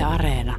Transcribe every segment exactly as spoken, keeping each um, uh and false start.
Areena.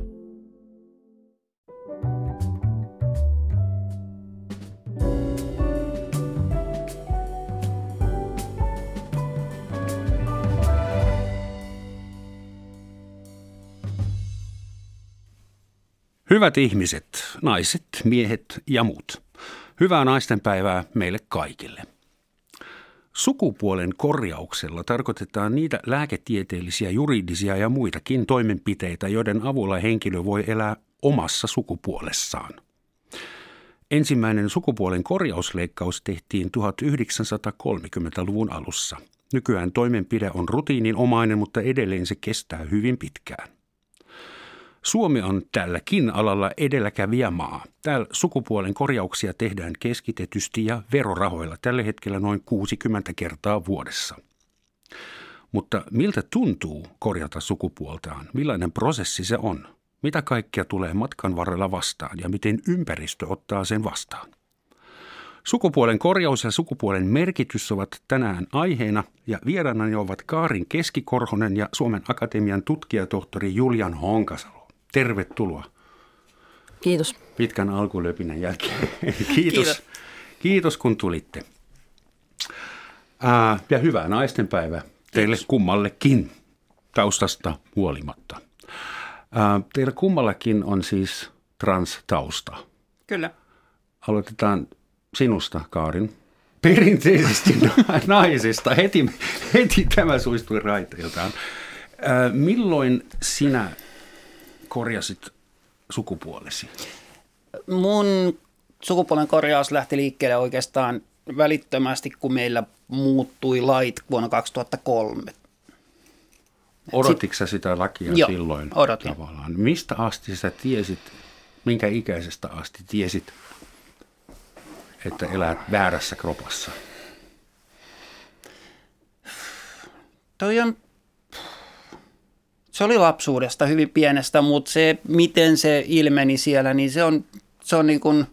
Hyvät ihmiset, naiset, miehet ja muut. Hyvää naistenpäivää meille kaikille. Sukupuolen korjauksella tarkoitetaan niitä lääketieteellisiä, juridisia ja muitakin toimenpiteitä, joiden avulla henkilö voi elää omassa sukupuolessaan. Ensimmäinen sukupuolen korjausleikkaus tehtiin tuhatyhdeksänsataakolmekymmentäluvun alussa. Nykyään toimenpide on rutiininomainen, mutta edelleen se kestää hyvin pitkään. Suomi on tälläkin alalla edelläkävijä maa. Täällä sukupuolen korjauksia tehdään keskitetysti ja verorahoilla tällä hetkellä noin kuusikymmentä kertaa vuodessa. Mutta miltä tuntuu korjata sukupuoltaan? Millainen prosessi se on? Mitä kaikkea tulee matkan varrella vastaan ja miten ympäristö ottaa sen vastaan? Sukupuolen korjaus ja sukupuolen merkitys ovat tänään aiheena ja vieraanani ovat Kaarin Keskikorhonen ja Suomen Akatemian tutkijatohtori Julian Honkasalo. Tervetuloa. Kiitos. Pitkän alkulöpinän jälkeen. Kiitos. Kiitos. Kiitos kun tulitte. Ää, ja hyvää naistenpäivää teille Kiitos. Kummallekin taustasta huolimatta. Ää, teillä kummallakin on siis trans-tausta. Kyllä. Aloitetaan sinusta, Kaarin. Perinteisesti naisista. Heti, heti tämä suistui raiteiltaan. Ää, milloin sinä korjasit sukupuolesi? Mun sukupuolen korjaus lähti liikkeelle oikeastaan välittömästi, kun meillä muuttui lait vuonna kaksituhattakolme. Odotitko sä sitä lakia Joo, silloin? odotin. Tavallaan? Mistä asti sä tiesit, minkä ikäisestä asti tiesit, että elät väärässä kropassa? Toi on... Se oli lapsuudesta hyvin pienestä, mutta se, miten se ilmeni siellä, niin se on, se on niin kuin,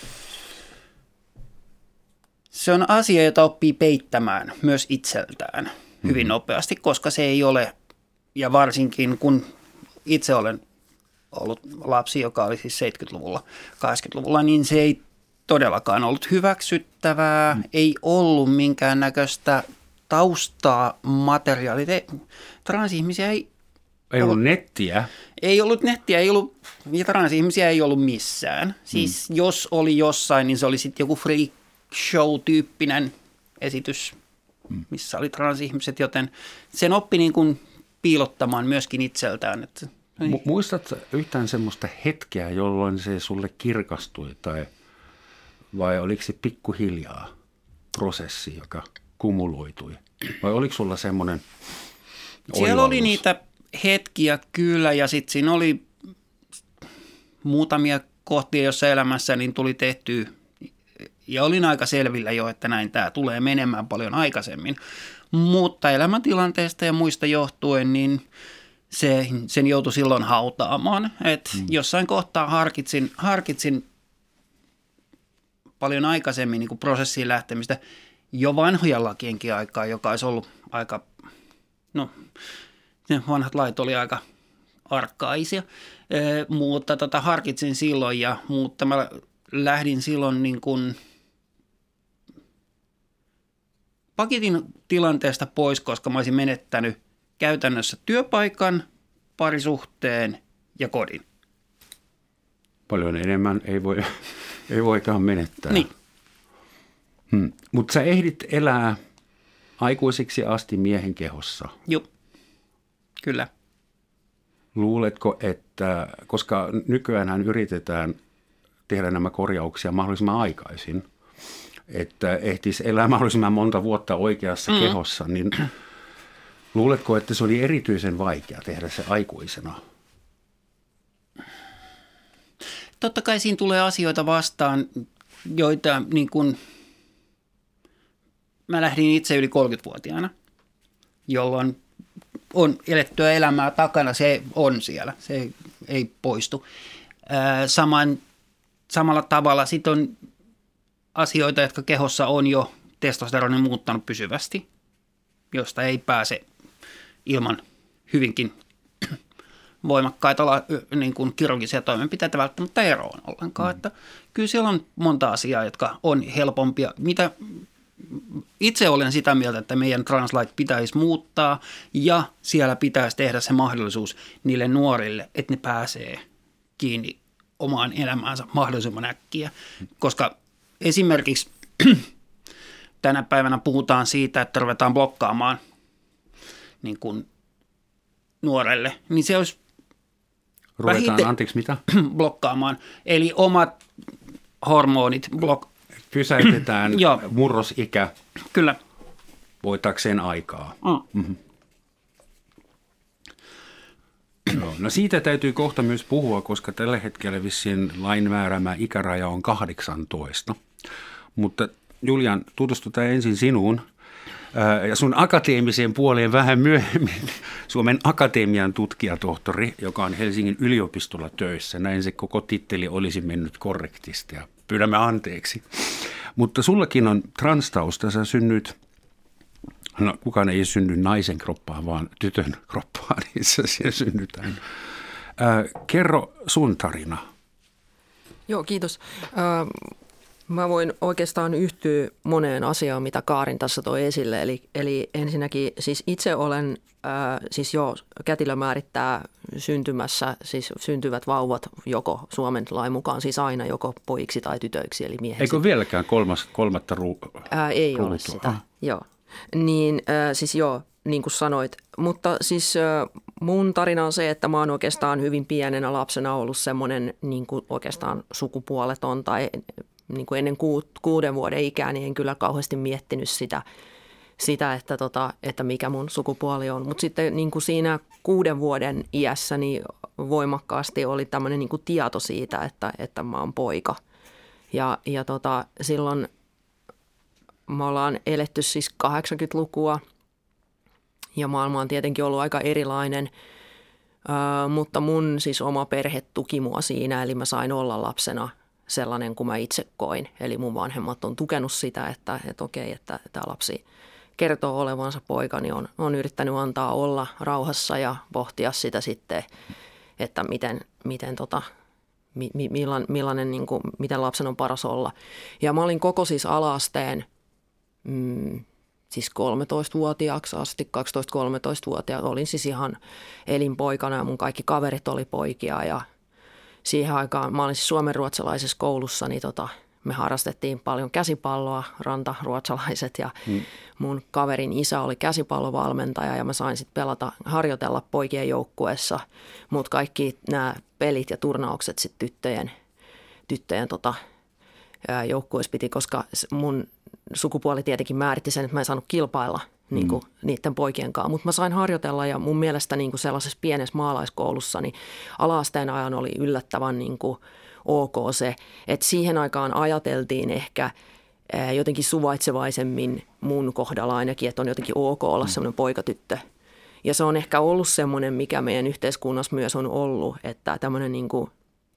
se on asia, jota oppii peittämään myös itseltään hyvin mm-hmm. nopeasti, koska se ei ole, ja varsinkin kun itse olen ollut lapsi, joka oli siis seitsemänkymmentäluvulla, kahdeksankymmentäluvulla, niin se ei todellakaan ollut hyväksyttävää, mm. ei ollut minkäännäköistä taustaa, materiaalia. Transihmisiä ei Ei ollut nettiä. Ei ollut nettiä, ei ollut, ja transihmisiä ei ollut missään. Siis mm. jos oli jossain, niin se oli sitten joku freak show-tyyppinen esitys, mm. missä oli transihmiset, joten sen oppi niin kuin piilottamaan myöskin itseltään. Että, Mu- muistatko yhtään semmoista hetkeä, jolloin se sulle kirkastui, tai vai oliko se pikkuhiljaa prosessi, joka kumuloitui? Vai oliko sulla semmoinen siellä oivallus? oli niitä hetkiä kyllä, ja sitten siinä oli muutamia kohtia, joissa elämässä niin tuli tehtyä, ja olin aika selvillä jo, että näin tämä tulee menemään paljon aikaisemmin, mutta elämäntilanteesta ja muista johtuen, niin se, sen joutui silloin hautaamaan, että hmm. jossain kohtaa harkitsin, harkitsin paljon aikaisemmin niin kuin prosessiin lähtemistä jo vanhoja lakienkin aikaa, joka olisi ollut aika, no ne vanhat lait oli aika arkkaisia, e, mutta tota, harkitsin silloin, ja, mutta mä lähdin silloin niin kuin pakitin tilanteesta pois, koska mä olisin menettänyt käytännössä työpaikan, parisuhteen ja kodin. Paljon enemmän ei, voi, ei voikaan menettää. Niin. Hmm. Mutta sä ehdit elää aikuisiksi asti miehen kehossa. Joo. Kyllä. Luuletko, että, koska nykyäänhän yritetään tehdä nämä korjauksia mahdollisimman aikaisin, että ehtisi elää mahdollisimman monta vuotta oikeassa mm. kehossa, niin luuletko, että se oli erityisen vaikea tehdä se aikuisena? Totta kai siinä tulee asioita vastaan, joita niin kuin, mä lähdin itse yli kolmekymmentävuotiaana, jolloin on elettyä elämää takana, se on siellä, se ei, ei poistu. Saman, samalla tavalla sitten on asioita, jotka kehossa on jo testosteronin muuttanut pysyvästi, josta ei pääse ilman hyvinkin voimakkaita la, niin kuin kirurgisia toimenpiteitä välttämättä eroon ollenkaan. Mm. Että kyllä siellä on monta asiaa, jotka on helpompia. Mitä itse olen sitä mieltä, että meidän translait pitäisi muuttaa ja siellä pitäisi tehdä se mahdollisuus niille nuorille, että ne pääsee kiinni omaan elämäänsä mahdollisimman äkkiä. Koska esimerkiksi tänä päivänä puhutaan siitä, että ruvetaan blokkaamaan niin kuin nuorelle, niin se olisi Ruvetaan, vähite- anteeksi, mitä? blokkaamaan. Eli omat hormonit blok- Pysäytetään murrosikä. Kyllä. Voitakseen aikaa. Mm. Mm-hmm. No, no siitä täytyy kohta myös puhua, koska tällä hetkellä vissiin lain määräämä ikäraja on kahdeksantoista. Mutta Julian, tutustutaan ensin sinuun ää, ja sun akateemiseen puoleen vähän myöhemmin. Suomen Akatemian tutkijatohtori, joka on Helsingin yliopistolla töissä. Näin se koko titteli olisi mennyt korrektisti ja pyydämme anteeksi. Mutta sullakin on transtausta, sä synnyt, no kukaan ei synny naisen kroppaan, vaan tytön kroppaan, itse asiassa synnytään. Ää, kerro sun tarina. Joo, kiitos. Äh, mä voin oikeastaan yhtyä moneen asiaan, mitä Kaarin tässä toi esille. Eli, eli ensinnäkin siis itse olen, äh, siis joo, kätilö määrittää syntymässä, siis syntyvät vauvat joko Suomen lain mukaan siis aina joko poiksi tai tytöiksi, eli miehiksi. Eikö vieläkään kolmas, kolmatta ru- Ää, ei ruutua? ole sitä, ah. joo. Niin äh, siis joo, niin kuin sanoit. Mutta siis äh, mun tarina on se, että mä oon oikeastaan hyvin pienenä lapsena ollut semmoinen niin kuin oikeastaan sukupuoleton tai niin kuin ennen ku, kuuden vuoden ikää, niin en kyllä kauheasti miettinyt sitä, sitä että, tota, että mikä mun sukupuoli on. Mutta sitten niin kuin siinä kuuden vuoden iässä niin voimakkaasti oli tämmöinen niin kuin tieto siitä, että, että mä oon poika. Ja, ja tota, silloin me ollaan eletty siis kahdeksankymmentälukua ja maailma on tietenkin ollut aika erilainen, äh, mutta mun siis oma perhe tuki mua siinä, eli mä sain olla lapsena sellainen kuin mä itse koin. Eli mun vanhemmat on tukenut sitä, että, että okei, että tämä lapsi kertoo olevansa poika, niin on, on yrittänyt antaa olla rauhassa ja pohtia sitä sitten, että miten, miten tota, mi, millainen, millainen, niin kuin, miten lapsen on paras olla. Ja mä olin koko siis ala-asteen, mm, siis kolmetoistavuotiaaksi asti, kaksitoista-kolmetoistavuotiaaksi. Olin siis ihan elinpoikana ja mun kaikki kaverit oli poikia ja siihen aikaan, mä olin siis suomenruotsalaisessa koulussa, niin tota, me harrastettiin paljon käsipalloa, rantaruotsalaiset ja mm. mun kaverin isä oli käsipallovalmentaja ja mä sain sitten pelata, harjoitella poikien joukkueessa, mutta kaikki nämä pelit ja turnaukset sitten tyttöjen, tyttöjen tota, joukkueessa piti, koska mun sukupuoli tietenkin määritti sen, että mä en saanut kilpailla niin kuin mm. niiden poikien kanssa, mutta mä sain harjoitella ja mun mielestä niin kuin sellaisessa pienessä maalaiskoulussa niin ala-asteen ajan oli yllättävän niin kuin ok se, että siihen aikaan ajateltiin ehkä jotenkin suvaitsevaisemmin mun kohdalla ainakin, että on jotenkin ok olla semmoinen poikatyttö. Ja se on ehkä ollut semmoinen, mikä meidän yhteiskunnassa myös on ollut, että tämmöinen niin kuin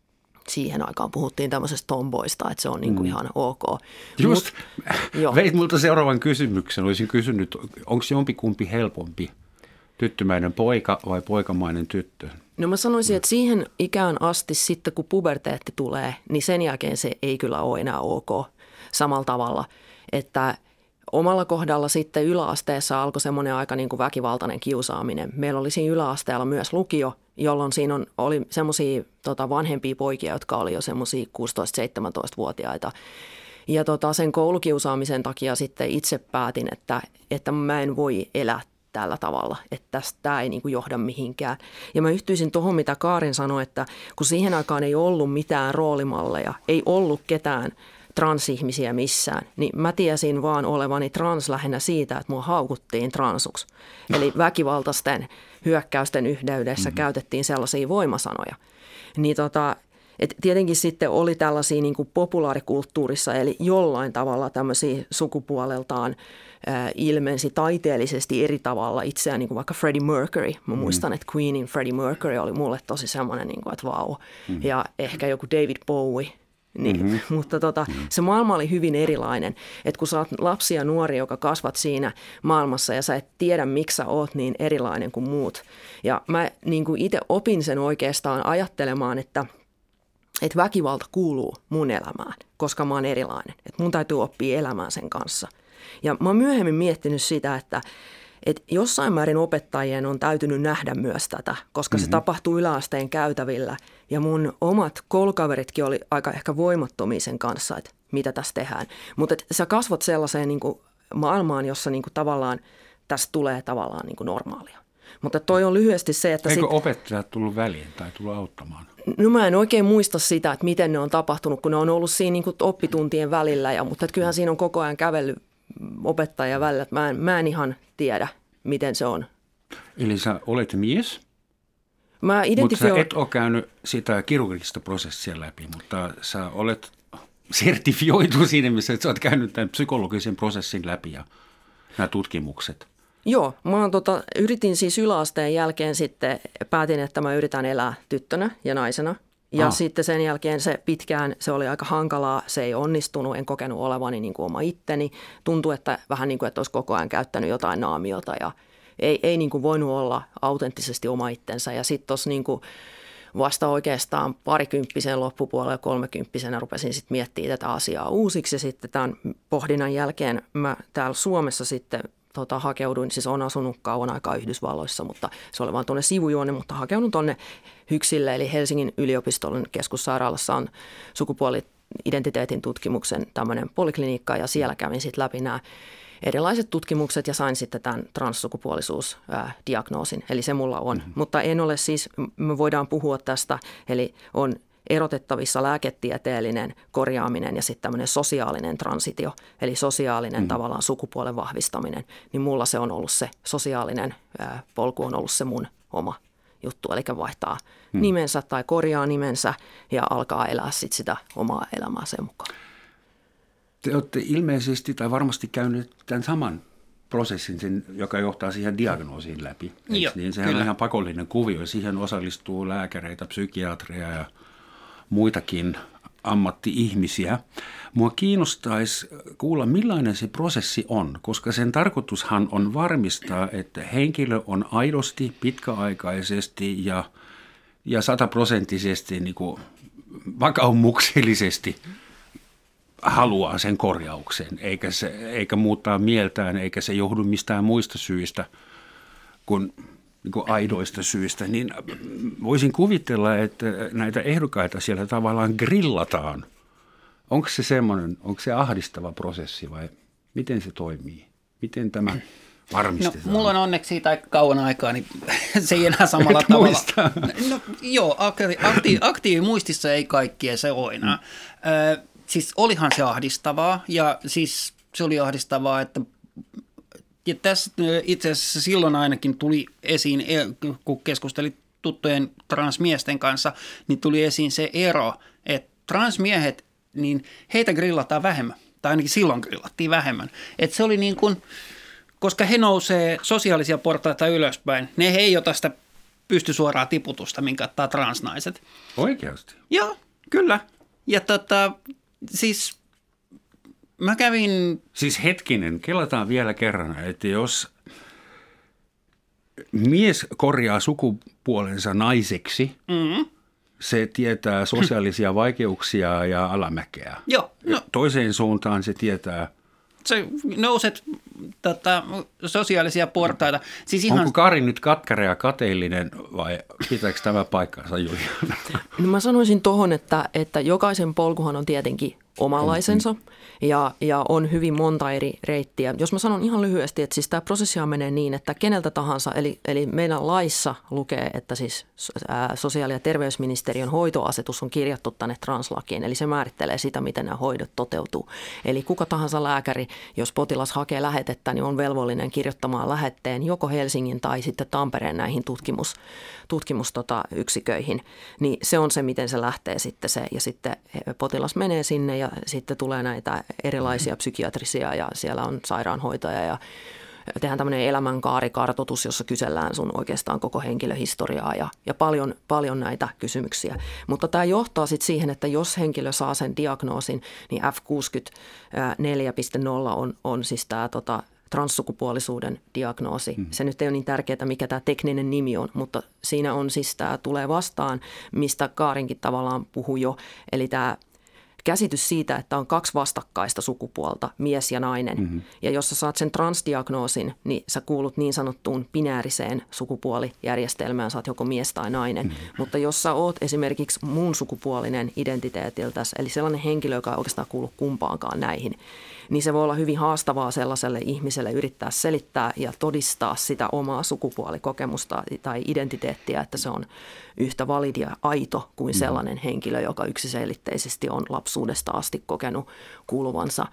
siihen aikaan puhuttiin tämmöisestä tomboista, että se on niin kuin mm. ihan ok. Just, Mut, veit multa seuraavan kysymyksen. Olisin kysynyt, onko jompikumpi helpompi, tyttömäinen poika vai poikamainen tyttö? No mä sanoisin, että siihen ikään asti sitten, kun puberteetti tulee, niin sen jälkeen se ei kyllä ole enää ok samalla tavalla, että omalla kohdalla sitten yläasteessa alkoi semmoinen aika niin kuin väkivaltainen kiusaaminen. Meillä oli siinä yläasteella myös lukio, jolloin siinä on, oli semmoisia tota, vanhempia poikia, jotka oli jo semmoisia kuusitoista-seitsemäntoista-vuotiaita. Ja tota, sen koulukiusaamisen takia sitten itse päätin, että, että mä en voi elää tällä tavalla, että tästä tämä ei niin kuin johda mihinkään. Ja mä yhtyisin tuohon, mitä Kaarin sanoi, että kun siihen aikaan ei ollut mitään roolimalleja, ei ollut ketään transihmisiä missään, niin mä tiesin vaan olevani trans lähinnä siitä, että mua haukuttiin transuksi. Eli väkivaltaisten hyökkäysten yhteydessä mm-hmm. käytettiin sellaisia voimasanoja. Niin tota, et tietenkin sitten oli tällaisia niin kuin populaarikulttuurissa, eli jollain tavalla tämmöisiä sukupuoleltaan ää, ilmensi taiteellisesti eri tavalla itseään, niin kuin vaikka Freddie Mercury. Mä mm-hmm. muistan, että Queenin Freddie Mercury oli mulle tosi semmoinen, niin kuin, että vau. Mm-hmm. Ja ehkä joku David Bowie. Niin, mm-hmm. Mutta tota, se maailma oli hyvin erilainen, että kun sä oot lapsi ja nuori, joka kasvat siinä maailmassa ja sä et tiedä, miksi sä oot niin erilainen kuin muut. Ja mä niin kuin itse opin sen oikeastaan ajattelemaan, että, että väkivalta kuuluu mun elämään, koska mä oon erilainen. Että mun täytyy oppia elämään sen kanssa. Ja mä oon myöhemmin miettinyt sitä, että että jossain määrin opettajien on täytynyt nähdä myös tätä, koska mm-hmm. se tapahtuu yläasteen käytävillä. Ja mun omat koulukaveritkin oli aika ehkä voimattomia sen kanssa, että mitä tässä tehdään. Mutta sä kasvat sellaiseen niin kuin maailmaan, jossa niin kuin tavallaan tästä tulee tavallaan niin kuin normaalia. Mutta toi on lyhyesti se, että... Eikö sit, opettajat tullut väliin tai tullut auttamaan? No mä en oikein muista sitä, että miten ne on tapahtunut, kun ne on ollut siinä niin kuin oppituntien välillä. Ja, mutta kyllähän siinä on koko ajan kävellyt opettajia välillä, että mä en, mä en ihan tiedä, miten se on. Eli sä olet mies, mä mutta sä et ole käynyt sitä kirurgista prosessia läpi, mutta sä olet sertifioitu siinä, missä että sä oot käynyt tämän psykologisen prosessin läpi ja nämä tutkimukset. Joo, mä oon tota, yritin siis yläasteen jälkeen sitten, päätin, että mä yritän elää tyttönä ja naisena. Ja ah. sitten sen jälkeen se pitkään, se oli aika hankalaa, se ei onnistunut, en kokenut olevani niin kuin oma itteni. Tuntui, että vähän niin kuin, että olisi koko ajan käyttänyt jotain naamiota ja ei, ei niin kuin voinut olla autenttisesti oma itsensä. Ja sitten tuossa niin kuin vasta oikeastaan parikymppisen loppupuolella, kolmekymppisenä rupesin sitten miettimään tätä asiaa uusiksi. Ja sitten tämän pohdinnan jälkeen mä täällä Suomessa sitten Tota, hakeuduin, siis olen asunut kauan aikaa Yhdysvalloissa, mutta se oli vaan tuonne sivujuonne, mutta hakeudun tuonne HYKSille, eli Helsingin yliopiston keskussairaalassa on sukupuoli-identiteetin tutkimuksen tämmöinen poliklinikka, ja siellä kävin sitten läpi nämä erilaiset tutkimukset ja sain sitten tämän transsukupuolisuusdiagnoosin, eli se mulla on. Mm-hmm. Mutta en ole siis, me voidaan puhua tästä, eli on erotettavissa lääketieteellinen korjaaminen ja sitten tämmöinen sosiaalinen transitio, eli sosiaalinen mm. tavallaan sukupuolen vahvistaminen, niin mulla se on ollut se sosiaalinen ää, polku on ollut se mun oma juttu, eli vaihtaa mm. nimensä tai korjaa nimensä ja alkaa elää sitten sitä omaa elämää sen mukaan. Te olette ilmeisesti tai varmasti käynyt tämän saman prosessin, sen, joka johtaa siihen diagnoosiin läpi. Joo, niin sehän kyllä. on ihan pakollinen kuvio. Siihen osallistuu lääkäreitä, psykiatreja ja muitakin ammatti-ihmisiä. Mua kiinnostaisi kuulla, millainen se prosessi on, koska sen tarkoitushan on varmistaa, että henkilö on aidosti, pitkäaikaisesti ja, ja sataprosenttisesti niin kuin vakaumuksellisesti haluaa sen korjauksen, eikä, se, eikä muuttaa mieltään, eikä se johdu mistään muista syistä kuin niin kuin aidoista syistä, niin voisin kuvitella, että näitä ehdokkaita siellä tavallaan grillataan. Onko se semmoinen, onko se ahdistava prosessi vai miten se toimii? Miten tämä varmistetaan? No, mulla on onneksi siitä aika kauan aikaa, niin se ei enää samalla et tavalla. Muista. No, joo, aktiivi, aktiivimuistissa ei kaikkia se ole enää. Mm. Ö, siis olihan se ahdistavaa ja siis se oli ahdistavaa, että ja tässä itse asiassa silloin ainakin tuli esiin, kun keskustelit tuttujen transmiesten kanssa, niin tuli esiin se ero, että transmiehet, niin heitä grillataan vähemmän, tai ainakin silloin grillattiin vähemmän. Että se oli niin kuin, koska he nousee sosiaalisia portaita ylöspäin, ne he ei ota sitä pystysuoraa tiputusta, minkä ottaa transnaiset. Oikeasti? Joo, kyllä. Ja tota, siis... Mä kävin... Siis hetkinen, kelataan vielä kerran, että jos mies korjaa sukupuolensa naiseksi, mm-hmm. se tietää sosiaalisia vaikeuksia ja alamäkeä. Joo. No, toiseen suuntaan se tietää... Se nouset tota, sosiaalisia portaita. Siis ihan... Onko Kari nyt katkara ja kateellinen vai pitääkö tämä paikkansa, Juliana? No mä sanoisin tuohon, että, että jokaisen polkuhan on tietenkin omanlaisensa mm-hmm. ja, ja on hyvin monta eri reittiä. Jos mä sanon ihan lyhyesti, että siis tämä prosessia menee niin, että keneltä tahansa, eli, eli meidän laissa lukee, että siis ää, sosiaali- ja terveysministeriön hoitoasetus on kirjattu tänne translakiin, eli se määrittelee sitä, miten nämä hoidot toteutuu. Eli kuka tahansa lääkäri, jos potilas hakee lähetettä, niin on velvollinen kirjoittamaan lähetteen joko Helsingin tai sitten Tampereen näihin tutkimus, tutkimusyksiköihin. Niin se on se, miten se lähtee sitten se, ja sitten potilas menee sinne ja sitten tulee näitä erilaisia psykiatrisia ja siellä on sairaanhoitaja ja tehdään tämmöinen elämänkaarikartoitus, jossa kysellään sun oikeastaan koko henkilöhistoriaa ja, ja paljon, paljon näitä kysymyksiä. Mutta tämä johtaa sitten siihen, että jos henkilö saa sen diagnoosin, niin F kuusikymmentäneljä piste nolla on, on siis tämä tota, transsukupuolisuuden diagnoosi. Mm. Se nyt ei ole niin tärkeää, mikä tämä tekninen nimi on, mutta siinä on siis tämä tulee vastaan, mistä Kaarinkin tavallaan puhui jo, eli tämä käsitys siitä, että on kaksi vastakkaista sukupuolta, mies ja nainen. Mm-hmm. Ja jos sä saat sen transdiagnoosin, niin sä kuulut niin sanottuun binääriseen sukupuolijärjestelmään, sä oot joko mies tai nainen. Mm-hmm. Mutta jos sä oot esimerkiksi muun sukupuolinen identiteetiltäs, eli sellainen henkilö, joka ei oikeastaan kuulu kumpaankaan näihin, niin se voi olla hyvin haastavaa sellaiselle ihmiselle yrittää selittää ja todistaa sitä omaa sukupuolikokemusta tai identiteettiä, että se on yhtä validi ja aito kuin sellainen henkilö, joka yksiselitteisesti on lapsuudesta asti kokenut kuuluvansa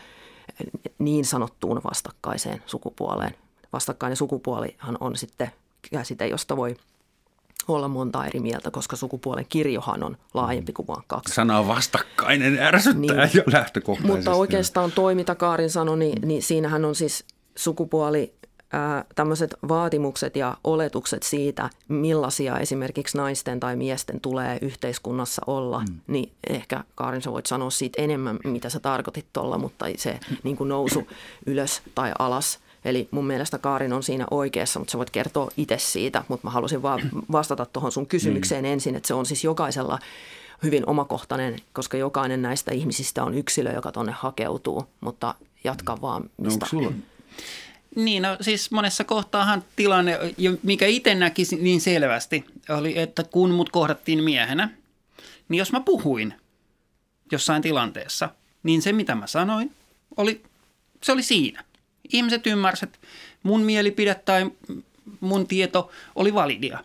niin sanottuun vastakkaiseen sukupuoleen. Vastakkainen sukupuolihan on sitten käsite, josta voi olla monta eri mieltä, koska sukupuolen kirjohan on laajempi kuin vain kaksi. Sana vastakkainen ärsyttää niin, jo lähtökohtaisesti. Mutta oikeastaan toi, mitä Kaarin sanoi, niin, niin siinähän on siis sukupuoli, ää, tämmöiset vaatimukset ja oletukset siitä, millaisia esimerkiksi naisten tai miesten tulee yhteiskunnassa olla. Mm. Niin ehkä Kaarin, sä voit sanoa siitä enemmän, mitä sä tarkoitit tuolla, mutta se niin kuin nousu ylös tai alas. Eli mun mielestä Kaarin on siinä oikeassa, mutta sä voit kertoa itse siitä, mutta mä halusin vaan vastata tuohon sun kysymykseen mm. ensin, että se on siis jokaisella hyvin omakohtainen, koska jokainen näistä ihmisistä on yksilö, joka tonne hakeutuu, mutta jatka vaan mistä. No, sulla? Niin, no siis monessa kohtaahan tilanne, mikä itse näkisi niin selvästi, oli, että kun mut kohdattiin miehenä, niin jos mä puhuin jossain tilanteessa, niin se mitä mä sanoin, oli, se oli siinä. Ihmiset ymmärsivät, että mun mielipide tai mun tieto oli validia.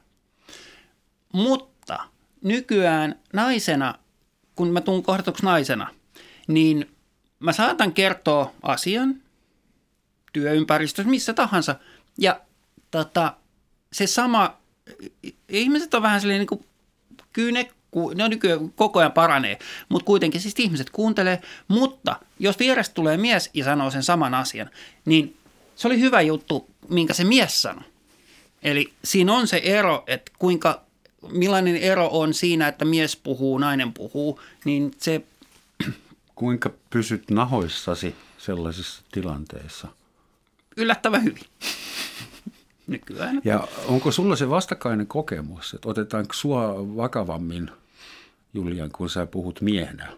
Mutta nykyään naisena, kun mä tuun kohdatuksi naisena, niin mä saatan kertoa asian työympäristössä, missä tahansa. Ja tota, se sama, ihmiset on vähän sellainen niin kuin kyyne, ne nykyään koko ajan paranee, mutta kuitenkin siis ihmiset kuuntelee. Mutta jos vierestä tulee mies ja sanoo sen saman asian, niin se oli hyvä juttu, minkä se mies sanoi. Eli siinä on se ero, että kuinka, millainen ero on siinä, että mies puhuu, nainen puhuu, niin se... Kuinka pysyt nahoissasi sellaisissa tilanteissa? Yllättävän hyvin. Nykyään. Ja onko sulla se vastakkainen kokemus, että otetaanko sua vakavammin, Julian, kun sä puhut miehenä?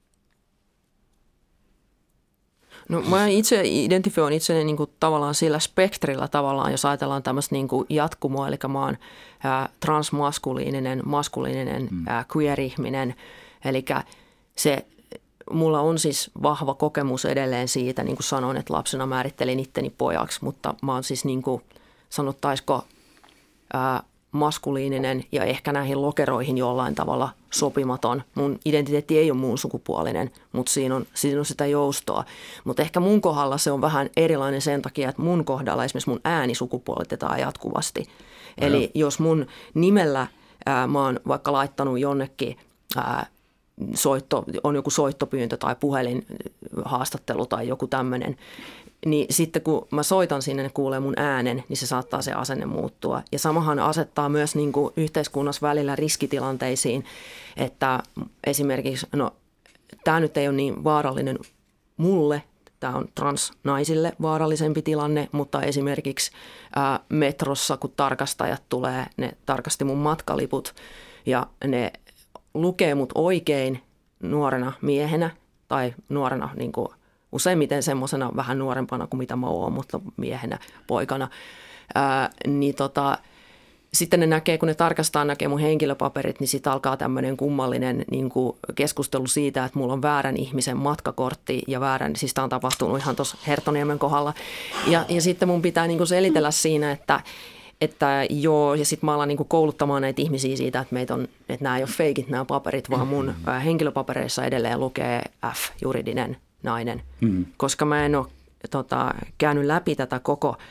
No mä itse identifioin itseni niin kuin tavallaan sillä spektrillä tavallaan, jos ajatellaan tämmöistä niin kuin jatkumoa, eli mä oon ää, transmaskuliininen, maskuliininen, mm. ää, queer-ihminen, eli se... Mulla on siis vahva kokemus edelleen siitä, niin kuin sanoin, että lapsena määrittelin itteni pojaksi, mutta mä oon siis niin kuin sanottaisiko ää, maskuliininen ja ehkä näihin lokeroihin jollain tavalla sopimaton. Mun identiteetti ei ole muun sukupuolinen, mutta siinä on, siinä on sitä joustoa. Mutta ehkä mun kohdalla se on vähän erilainen sen takia, että mun kohdalla esimerkiksi mun ääni sukupuolitetaan jatkuvasti. Eli ja. jos mun nimellä ää, mä oon vaikka laittanut jonnekin... Ää, soitto, on joku soittopyyntö tai puhelinhaastattelu tai joku tämmöinen, niin sitten kun mä soitan sinne, ne kuulee mun äänen, niin se saattaa se asenne muuttua. Ja samahan asettaa myös niin kuin yhteiskunnassa välillä riskitilanteisiin, että esimerkiksi, no tämä nyt ei ole niin vaarallinen mulle, tämä on transnaisille vaarallisempi tilanne, mutta esimerkiksi ää, metrossa, kun tarkastajat tulee, ne tarkasti mun matkaliput ja ne lukee mut oikein nuorena miehenä tai nuorena niin kuin useimmiten semmoisena vähän nuorempana kuin mitä mä oon, mutta miehenä, poikana. Ää, niin tota, sitten ne näkee, kun ne tarkastaa, näkee mun henkilöpaperit, niin sitten alkaa tämmöinen kummallinen niin kuin keskustelu siitä, että mulla on väärän ihmisen matkakortti ja väärän, siis tämä on tapahtunut ihan tuossa Herttoniemen kohdalla. Ja, ja sitten mun pitää niin kuin selitellä siinä, että Että joo, ja sitten mä alan niinku kouluttamaan näitä ihmisiä siitä, että, meitä on, että nämä ei ole feikit nämä paperit, vaan mun mm-hmm. henkilöpapereissa edelleen lukee F, juridinen nainen. Mm-hmm. Koska mä en ole tota, käynyt läpi tätä koko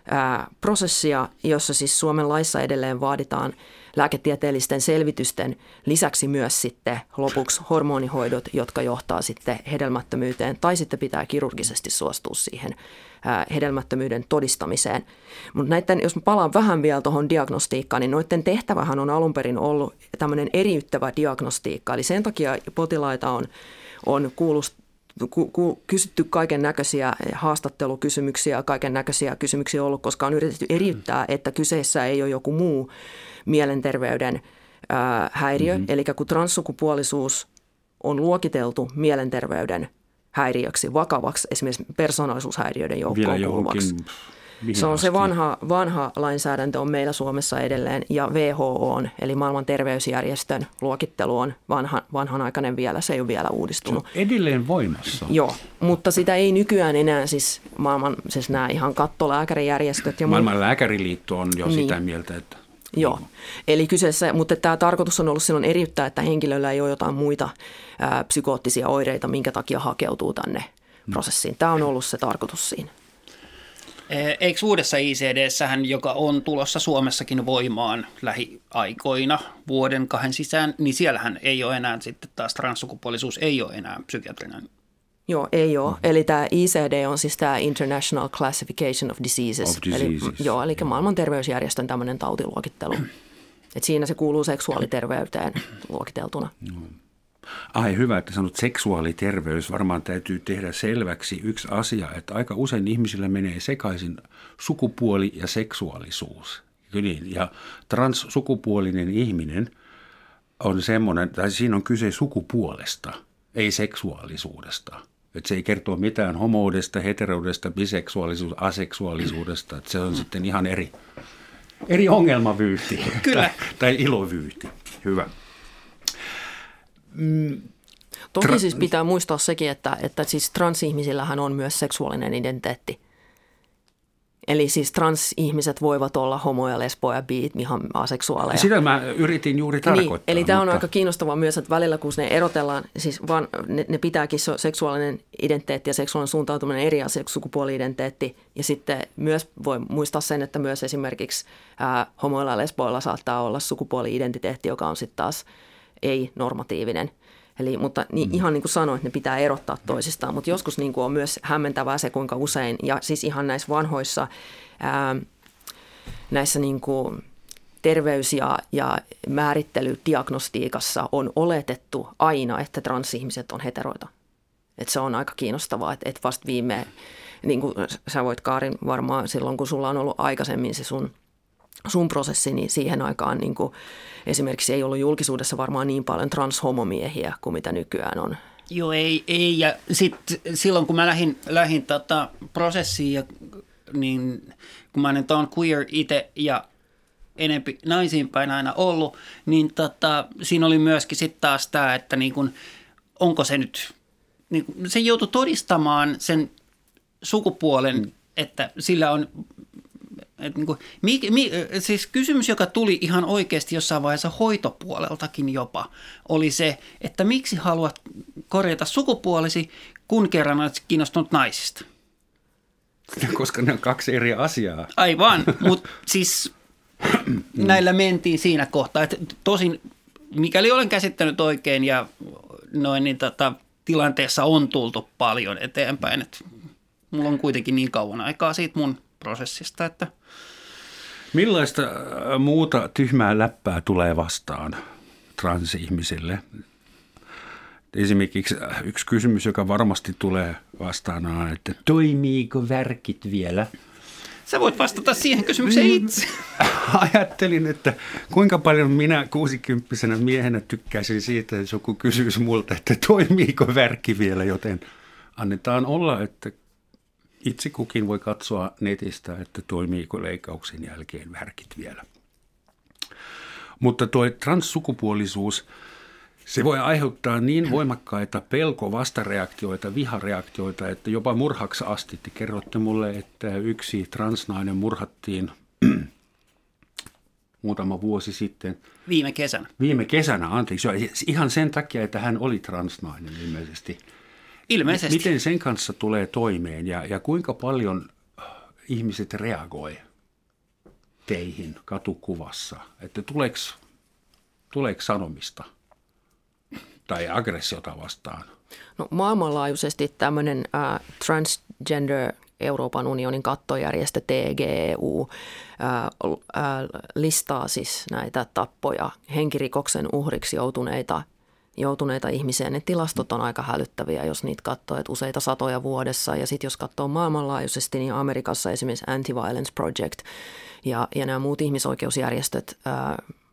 ää, prosessia, jossa siis Suomen laissa edelleen vaaditaan lääketieteellisten selvitysten lisäksi myös sitten lopuksi hormonihoidot, jotka johtaa sitten hedelmättömyyteen tai sitten pitää kirurgisesti suostua siihen ää, hedelmättömyyden todistamiseen. Mutta näiden, jos mä palaan vähän vielä tuohon diagnostiikkaan, niin noiden tehtävähän on alun perin ollut tämmöinen eriyttävä diagnostiikka. Eli sen takia potilaita on, on kuulust, ku, ku, kysytty kaiken näköisiä haastattelukysymyksiä, kaiken näköisiä kysymyksiä ollut, koska on yritetty eriyttää, että kyseessä ei ole joku muu mielenterveyden ää, häiriö. Mm-hmm. Eli kun transsukupuolisuus on luokiteltu mielenterveyden häiriöksi, vakavaksi, esimerkiksi persoonallisuushäiriöiden joukkoon kuuluvaksi. Se on se vanha, vanha lainsäädäntö on meillä Suomessa edelleen ja W H O, eli maailman terveysjärjestön luokittelu on vanha, vanhanaikainen vielä, se ei ole vielä uudistunut. Se on edelleen voimassa. Joo, mutta sitä ei nykyään enää siis maailman, siis nämä ihan kattolääkärijärjestöt. Ja maailman mu- lääkäriliitto on jo niin. sitä mieltä, että... Joo, eli kyseessä, mutta tämä tarkoitus on ollut silloin eriyttää, että henkilöllä ei ole jotain muita ää, psykoottisia oireita, minkä takia hakeutuu tänne hmm. prosessiin. Tämä on ollut se tarkoitus siinä. Eikö uudessa I C D:ssähän, joka on tulossa Suomessakin voimaan lähiaikoina vuoden kahden sisään, niin siellähän ei ole enää sitten taas transsukupuolisuus, ei ole enää psykiatrinen. Joo, ei ole. Eli tämä I C D on siis tämä International Classification of Diseases. Of diseases. Eli, joo, eli maailman terveysjärjestön tämmöinen tautiluokittelu. Et siinä se kuuluu seksuaaliterveyteen luokiteltuna. No. Ai hyvä, että sanot seksuaaliterveys. Varmaan täytyy tehdä selväksi yksi asia, että aika usein ihmisillä menee sekaisin sukupuoli ja seksuaalisuus. Ja transsukupuolinen ihminen on semmoinen, tai siinä on kyse sukupuolesta, ei seksuaalisuudesta. Että se ei kertoo mitään homoudesta, heteroudesta, biseksuaalisuudesta, aseksuaalisuudesta. Että se on sitten ihan eri, eri ongelmavyyhti. Kyllä. tai ilovyyhti. Hyvä. Mm. Toki Tra- siis pitää muistaa sekin, että, että siis transihmisillähän on myös seksuaalinen identiteetti. Eli siis transihmiset voivat olla homoja, lesboja, biit, ihan aseksuaaleja. Sitä mä yritin juuri tarkoittaa. Niin, eli tämä on mutta... aika kiinnostavaa myös, että välillä kun ne erotellaan, siis vaan ne, ne pitääkin seksuaalinen identiteetti ja seksuaalinen suuntautuminen eri asia kuin sukupuoli-identiteetti. Ja sitten myös voi muistaa sen, että myös esimerkiksi ää, homoilla ja lesboilla saattaa olla sukupuoli-identiteetti, joka on sitten taas ei-normatiivinen. Eli, mutta niin, ihan niin kuin sanoin, ne pitää erottaa toisistaan, mutta joskus niin kuin on myös hämmentävää se, kuinka usein, ja siis ihan näissä vanhoissa ää, näissä niin kuin terveys- ja, ja määrittelydiagnostiikassa on oletettu aina, että transihmiset on heteroita. Et se on aika kiinnostavaa, että et vasta viime, niin kuin sä voit Kaarin varmaan silloin, kun sulla on ollut aikaisemmin se sun sun prosessi, niin siihen aikaan niin kuin esimerkiksi ei ollut julkisuudessa varmaan niin paljon transhomomiehiä kuin mitä nykyään on. Joo, ei, ei. Ja sitten silloin, kun mä lähdin, lähdin tota prosessiin, ja, niin kun mä nyt oon queer itse ja enempi naisiin päin aina ollut, niin tota, siinä oli myöskin sitten taas tämä, että niin kun, onko se nyt, niin kun, se joutui todistamaan sen sukupuolen, mm. että sillä on... Et niin kuin, mi, mi, siis kysymys, joka tuli ihan oikeasti jossain vaiheessa hoitopuoleltakin jopa, oli se, että miksi haluat korjata sukupuolesi, kun kerran olet kiinnostunut naisista? Koska ne on kaksi eri asiaa. Aivan, mutta siis näillä mentiin siinä kohtaa. Että tosin, mikäli olen käsittänyt oikein ja noin, niin tota, tilanteessa on tultu paljon eteenpäin. Että mulla on kuitenkin niin kauan aikaa siitä mun prosessista, että... Millaista muuta tyhmää läppää tulee vastaan transihmisille? Esimerkiksi yksi kysymys, joka varmasti tulee vastaan, on, että toimiiko värkit vielä? Sä voit vastata siihen kysymykseen itse. Ajattelin, että kuinka paljon minä kuusikymppisenä miehenä tykkäisin siitä, että joku kysyisi multa, että toimiiko värkki vielä, joten annetaan olla, että itse kukin voi katsoa netistä, että toimiiko leikkauksen jälkeen värkit vielä. Mutta tuo transsukupuolisuus, se voi aiheuttaa niin voimakkaita pelko-vastareaktioita, vihareaktioita, että jopa murhaksi asti. Te kerrotte mulle, että yksi transnainen murhattiin muutama vuosi sitten. Viime kesänä. Viime kesänä, anteeksi. Ihan sen takia, että hän oli transnainen ilmeisesti. Ilmeisesti. Miten sen kanssa tulee toimeen ja, ja kuinka paljon ihmiset reagoi teihin katukuvassa? Että tuleeko, tuleeko sanomista tai aggressiota vastaan? No, maailmanlaajuisesti tämmöinen äh, transgender Euroopan unionin kattojärjestö T G E U äh, äh, listaa siis näitä tappoja henkirikoksen uhriksi joutuneita, joutuneita ihmisiä. Ne tilastot on aika hälyttäviä, jos niitä katsoo, että useita satoja vuodessa. Ja sitten jos katsoo maailmanlaajuisesti, niin Amerikassa esimerkiksi Anti-Violence Project ja, ja nämä muut ihmisoikeusjärjestöt äh,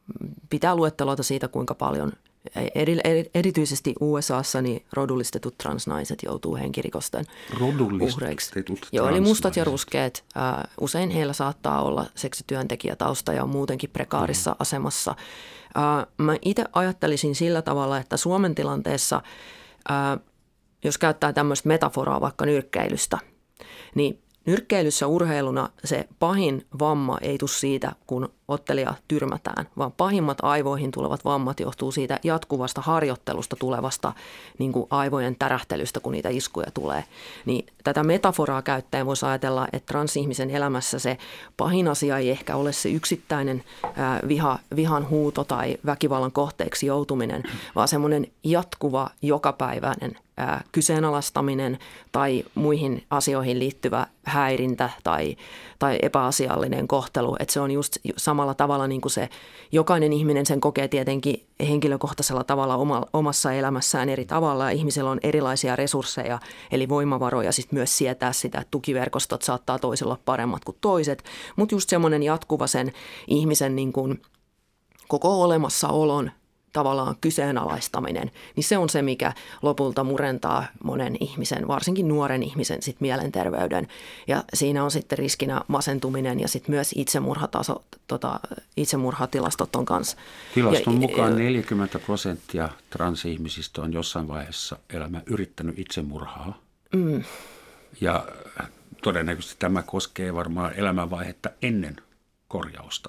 pitää luetteloita siitä, kuinka paljon eri, eri, erityisesti U S A:ssa niin rodullistetut transnaiset joutuu henkirikosten uhreiksi. Joo, eli mustat ja ruskeat. Äh, usein heillä saattaa olla seksityöntekijätausta ja on muutenkin prekaarissa mm. asemassa. Äh, mä itse ajattelisin sillä tavalla, että Suomen tilanteessa, äh, jos käyttää tämmöistä metaforaa vaikka nyrkkeilystä, niin nyrkkeilyssä urheiluna se pahin vamma ei tule siitä, kun ottelija tyrmätään, vaan pahimmat aivoihin tulevat vammat johtuu siitä jatkuvasta harjoittelusta tulevasta niin kuin aivojen tärähtelystä, kun niitä iskuja tulee. Niin tätä metaforaa käyttäen voisi ajatella, että transihmisen elämässä se pahin asia ei ehkä ole se yksittäinen ää, viha, vihan huuto tai väkivallan kohteeksi joutuminen, vaan semmoinen jatkuva, jokapäiväinen ää, kyseenalaistaminen tai muihin asioihin liittyvä häirintä tai, tai epäasiallinen kohtelu. Että se on just samalla tavalla niin kuin se, jokainen ihminen sen kokee tietenkin henkilökohtaisella tavalla oma, omassa elämässään eri tavalla ja ihmisellä on erilaisia resursseja eli voimavaroja sitten myös sietää sitä, että tukiverkostot saattaa toisella olla paremmat kuin toiset, mutta just semmoinen jatkuva sen ihmisen niin kuin koko olemassaolon tavallaan kyseenalaistaminen, niin se on se, mikä lopulta murentaa monen ihmisen, varsinkin nuoren ihmisen sit mielenterveyden. Ja siinä on sitten riskinä masentuminen ja sitten myös itsemurhataso, tota, itsemurhatilastot on kanssa. Tilaston ja, mukaan neljäkymmentä prosenttia transihmisistä on jossain vaiheessa elämää yrittänyt itsemurhaa. Mm. Ja todennäköisesti tämä koskee varmaan elämänvaihetta ennen korjausta.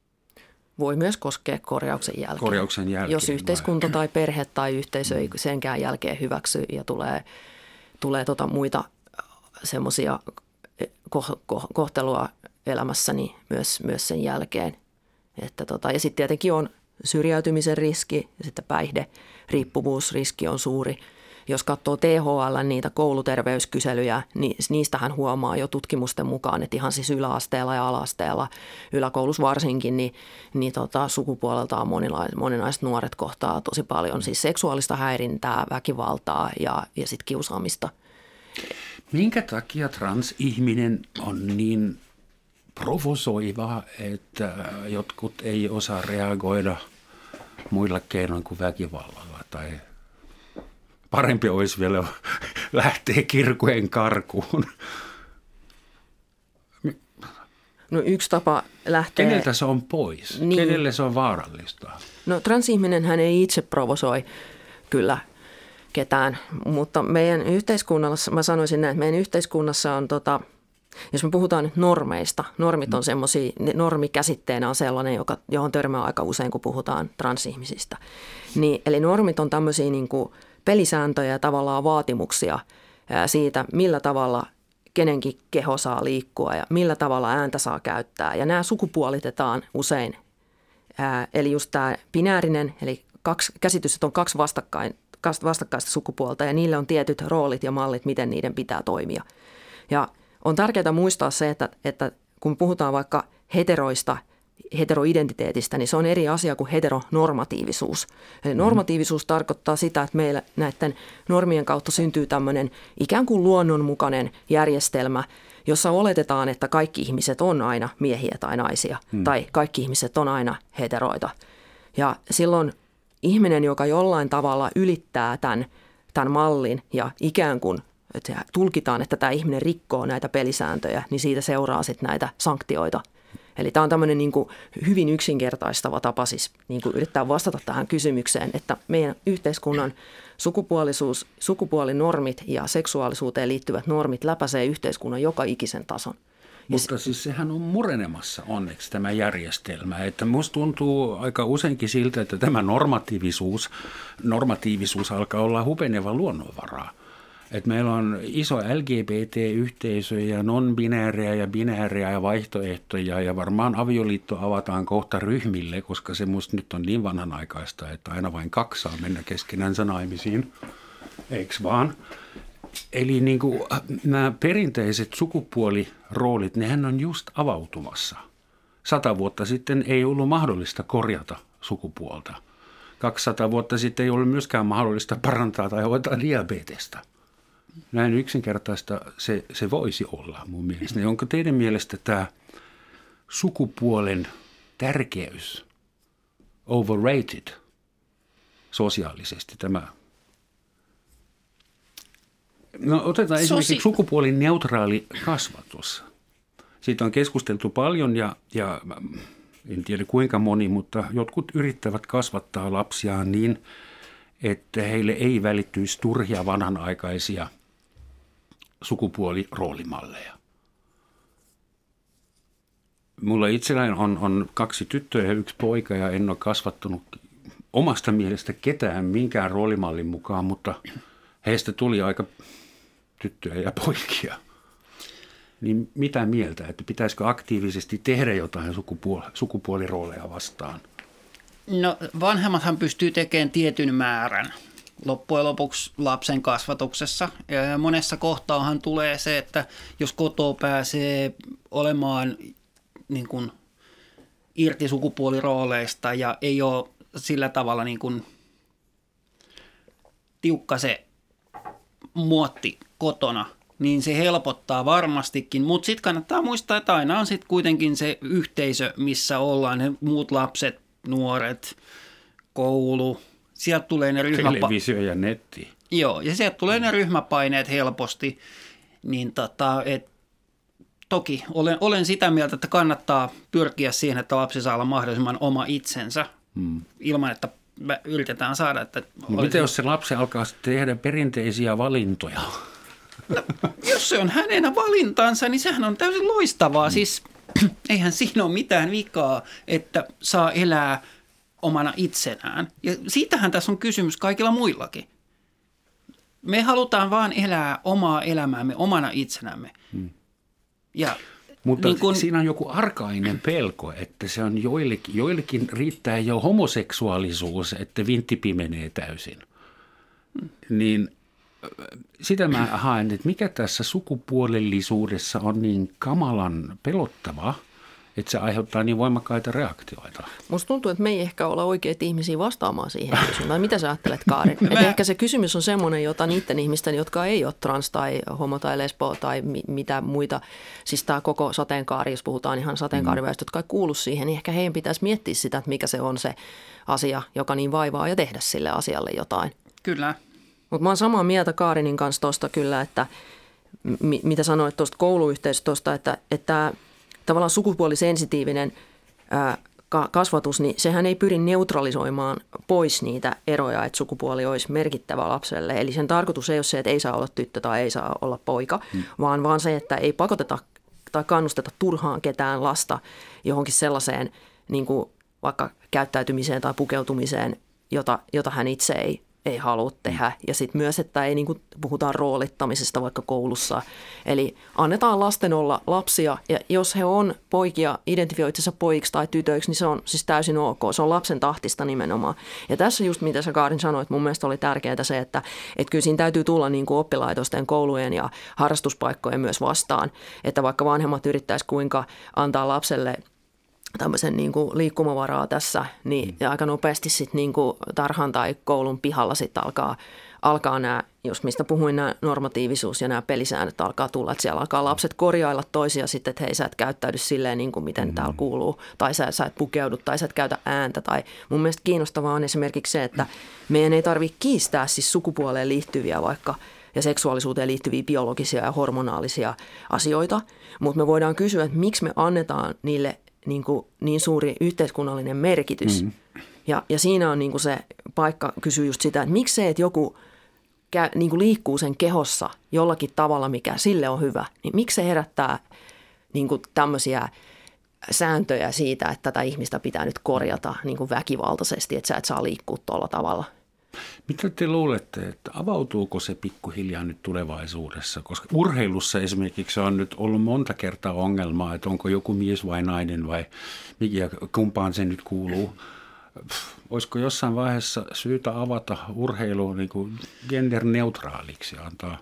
Voi myös koskea korjauksen jälkeen. Korjauksen jälkeen. Jos yhteiskunta tai perhe tai yhteisö ei senkään jälkeen hyväksy ja tulee, tulee tota muita semmoisia ko- ko- kohtelua elämässä niin myös, myös sen jälkeen. Että tota, ja sitten tietenkin on syrjäytymisen riski ja sitten päihderiippuvuusriski on suuri. Jos katsoo T H L niitä kouluterveyskyselyjä, niin niistähän huomaa jo tutkimusten mukaan, että ihan siis yläasteella ja alasteella, yläkoulussa varsinkin, niin, niin tota, sukupuoleltaan moninaiset, moninaiset nuoret kohtaa tosi paljon siis seksuaalista häirintää, väkivaltaa ja, ja sitten kiusaamista. Minkä takia transihminen on niin provosoiva, että jotkut ei osaa reagoida muilla keinoin kuin väkivallalla tai parempi olisi vielä lähteä kirkuen karkuun? No yksi tapa lähteä. Keneltä se on pois? Niin. Kenelle se on vaarallista? No transihminen hän ei itse provosoi kyllä ketään, mutta meidän yhteiskunnassa, mä sanoisin näin, että meidän yhteiskunnassa on tota, jos me puhutaan nyt normeista, normit on semmoisia, normikäsitteenä on sellainen, joka, johon törmää aika usein, kun puhutaan transihmisistä. Niin, eli normit on tämmöisiä niin kuin pelisääntöjä ja tavallaan vaatimuksia ää, siitä, millä tavalla kenenkin keho saa liikkua ja millä tavalla ääntä saa käyttää. Ja nämä sukupuolitetaan usein. Ää, eli just tämä binäärinen, eli kaksi, käsitys, että on kaksi vastakkain, vastakkaista sukupuolta ja niille on tietyt roolit ja mallit, miten niiden pitää toimia. Ja on tärkeää muistaa se, että, että kun puhutaan vaikka heteroista, heteroidentiteetistä, niin se on eri asia kuin heteronormatiivisuus. Eli normatiivisuus mm. tarkoittaa sitä, että meillä näiden normien kautta syntyy tämmöinen ikään kuin luonnonmukainen järjestelmä, jossa oletetaan, että kaikki ihmiset on aina miehiä tai naisia, mm. tai kaikki ihmiset on aina heteroita. Ja silloin ihminen, joka jollain tavalla ylittää tämän, tämän mallin ja ikään kuin että tulkitaan, että tämä ihminen rikkoo näitä pelisääntöjä, niin siitä seuraa sitten näitä sanktioita. Eli tämä on tämmöinen niin kuin hyvin yksinkertaistava tapa siis niin kuin yrittää vastata tähän kysymykseen, että meidän yhteiskunnan sukupuolisuus, sukupuolinormit ja seksuaalisuuteen liittyvät normit läpäisee yhteiskunnan joka ikisen tason. Mutta siis sehän on murenemassa onneksi tämä järjestelmä, että musta tuntuu aika useinkin siltä, että tämä normatiivisuus, normatiivisuus alkaa olla hupeneva luonnonvaraa. Et meillä on iso L G B T-yhteisö ja non-binäärejä ja binäärejä ja vaihtoehtoja ja varmaan avioliitto avataan kohta ryhmille, koska se musta nyt on niin vanhanaikaista, että aina vain kaksi saa mennä keskenänsä naimisiin, eiks vaan? Eli niin kuin, nämä perinteiset sukupuoliroolit, nehän on just avautumassa. Sata vuotta sitten ei ollut mahdollista korjata sukupuolta. kaksisataa vuotta sitten ei ollut myöskään mahdollista parantaa tai hoitaa diabetesta. Näin yksinkertaista se, se voisi olla mun mielestä. Onko teidän mielestä tämä sukupuolen tärkeys overrated sosiaalisesti tämä? No otetaan esimerkiksi Sosi- sukupuolin neutraali kasvatus. Siitä on keskusteltu paljon ja, ja en tiedä kuinka moni, mutta jotkut yrittävät kasvattaa lapsiaan niin, että heille ei välittyisi turhia vanhanaikaisia sukupuoliroolimalleja. Mulla itselläni on, on kaksi tyttöä ja yksi poika ja en ole kasvattanut omasta mielestä ketään minkään roolimallin mukaan, mutta heistä tuli aika tyttöjä ja poikia. Niin mitä mieltä, että pitäisikö aktiivisesti tehdä jotain sukupuoli, sukupuolirooleja vastaan? No vanhemmathan pystyy tekemään tietyn määrän loppujen lopuksi lapsen kasvatuksessa. Ja monessa kohtaahan tulee se, että jos kotoa pääsee olemaan niin kuin irti sukupuolirooleista ja ei ole sillä tavalla niin kuin tiukka se muotti kotona, niin se helpottaa varmastikin. Mutta sitten kannattaa muistaa, että aina on sitten kuitenkin se yhteisö, missä ollaan ne muut lapset, nuoret, koulu. Sieltä tulee ne ryhmäpa- Televisio ja netti. Joo, ja sieltä tulee ne ryhmäpaineet helposti. Niin tota, et, toki olen, olen sitä mieltä, että kannattaa pyrkiä siihen, että lapsi saa olla mahdollisimman oma itsensä, hmm. ilman että me yritetään saada. Että no, mitä jos se lapsi alkaa tehdä perinteisiä valintoja? No, jos se on hänen valintansa, niin sehän on täysin loistavaa. Hmm. Siis eihän siinä ole mitään vikaa, että saa elää omana itsenään. Ja siitähän tässä on kysymys kaikilla muillakin. Me halutaan vaan elää omaa elämäämme omana itsenämme. Hmm. Ja mutta niin kun, siinä on joku arkainen pelko, että se on joillekin, joillekin riittää jo homoseksuaalisuus, että vintti pimenee täysin. Hmm. Niin sitä mä haen, että mikä tässä sukupuolellisuudessa on niin kamalan pelottava, että se aiheuttaa niin voimakkaita reaktioita. Musta tuntuu, että me ei ehkä olla oikeita ihmisiä vastaamaan siihen kysymään. Mitä sä ajattelet, Kaari? Mä... Ehkä se kysymys on semmoinen, jota niiden ihmisten, jotka ei ole trans tai homo tai lesbo tai mi- mitä muita, siis tämä koko sateenkaari, jos puhutaan ihan sateenkaariväestö, jotka ei kuulu siihen, niin ehkä heidän pitäisi miettiä sitä, että mikä se on se asia, joka niin vaivaa ja tehdä sille asialle jotain. Kyllä. Mutta mä oon samaa mieltä Kaarinin kanssa tuosta kyllä, että m- mitä sanoit tuosta kouluyhteisöstä, että, että tavallaan sukupuolisensitiivinen ää, ka- kasvatus, niin sehän ei pyri neutralisoimaan pois niitä eroja, että sukupuoli olisi merkittävä lapselle. Eli sen tarkoitus ei ole se, että ei saa olla tyttö tai ei saa olla poika, hmm. vaan, vaan se, että ei pakoteta tai kannusteta turhaan ketään lasta johonkin sellaiseen niin kuin vaikka käyttäytymiseen tai pukeutumiseen, jota, jota hän itse ei ei halua tehdä. Ja sitten myös, että ei niin kuin puhutaan roolittamisesta vaikka koulussa. Eli annetaan lasten olla lapsia, ja jos he on poikia, identifioi itseensä poiksi tai tytöiksi, niin se on siis täysin ok. Se on lapsen tahtista nimenomaan. Ja tässä just mitä sä Kaarin sanoit, mun mielestä oli tärkeää se, että, että kyllä siinä täytyy tulla niin kuin oppilaitosten, koulujen ja harrastuspaikkojen myös vastaan. Että vaikka vanhemmat yrittäisi kuinka antaa lapselle tämmöisen niin kuin liikkumavaraa tässä, niin ja aika nopeasti sitten niin kuin tarhan tai koulun pihalla sitten alkaa, alkaa nämä, just mistä puhuin, nämä normatiivisuus ja nämä pelisäännöt alkaa tulla, että siellä alkaa lapset korjailla toisia sitten, että hei sä et käyttäydy silleen niin kuin miten mm. täällä kuuluu, tai sä, sä et pukeudu, tai sä et käytä ääntä, tai mun mielestä kiinnostavaa on esimerkiksi se, että meidän ei tarvitse kiistää siis sukupuoleen liittyviä vaikka ja seksuaalisuuteen liittyviä biologisia ja hormonaalisia asioita, mutta me voidaan kysyä, että miksi me annetaan niille Niin, kuin, niin suuri yhteiskunnallinen merkitys. Mm. Ja, ja siinä on niin kuin se paikka kysyä just sitä, että miksi se, että joku kä, niin kuin liikkuu sen kehossa jollakin tavalla, mikä sille on hyvä, niin miksi se herättää niin kuin tämmöisiä sääntöjä siitä, että tätä ihmistä pitää nyt korjata niin kuin väkivaltaisesti, että sä et saa liikkua tuolla tavalla. Mitä te luulette, että avautuuko se pikkuhiljaa nyt tulevaisuudessa? Koska urheilussa esimerkiksi on nyt ollut monta kertaa ongelmaa, että onko joku mies vai nainen vai mikä, kumpaan se nyt kuuluu. Olisiko jossain vaiheessa syytä avata urheilu niin kuin genderneutraaliksi ja antaa...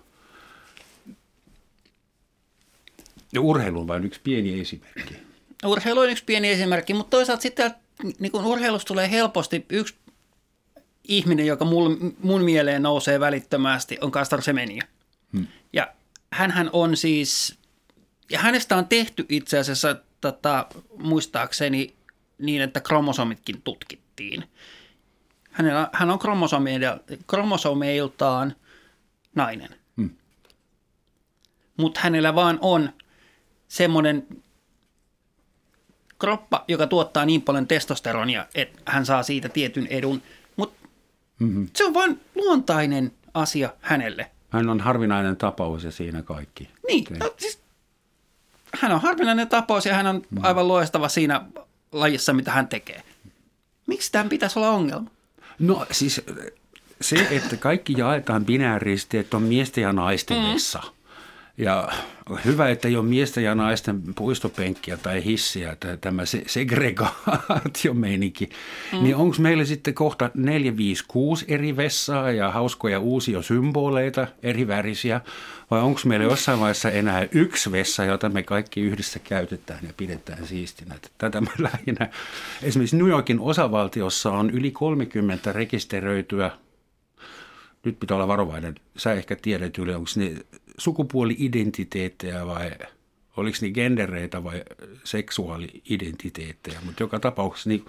Ja urheilu on vain yksi pieni esimerkki. Urheilu on yksi pieni esimerkki, mutta toisaalta sitten niin kun urheilusta tulee helposti yksi ihminen, joka mul, mun mieleen nousee välittömästi, on Castor Semenya. Hmm. Ja hänhän on siis, ja hänestä on tehty itse asiassa tota, muistaakseni niin, että kromosomitkin tutkittiin. Hänellä, hän on kromosomeiltaan nainen. Hmm. Mutta hänellä vaan on semmoinen kroppa, joka tuottaa niin paljon testosteronia, että hän saa siitä tietyn edun. Mutta mm-hmm. se on vain luontainen asia hänelle. Hän on harvinainen tapaus ja siinä kaikki. Niin, no, siis, hän on harvinainen tapaus ja hän on mm. aivan loistava siinä lajissa, mitä hän tekee. Miksi tämän pitäisi olla ongelma? No siis se, että kaikki jaetaan binäärisesti, että on miesten ja naisten mm. vessa. Ja hyvä, että ei ole miesten ja naisten puistopenkkiä tai hissiä, tämä segregaatiomeininki. Mm. Niin onko meillä sitten kohta neljä, viisi, kuusi eri vessaa ja hauskoja uusia symboleita, eri värisiä? Vai onko meillä jossain vaiheessa enää yksi vessa, jota me kaikki yhdessä käytetään ja pidetään siistinä? Tätä mä lähinnä. Esimerkiksi New Yorkin osavaltiossa on yli kolmekymmentä rekisteröityä. Nyt pitää olla varovainen. Sä ehkä tiedät yli, onko ne sukupuoli-identiteettejä vai oliko ne gendereitä vai seksuaali-identiteettejä, mutta joka tapauksessa niin...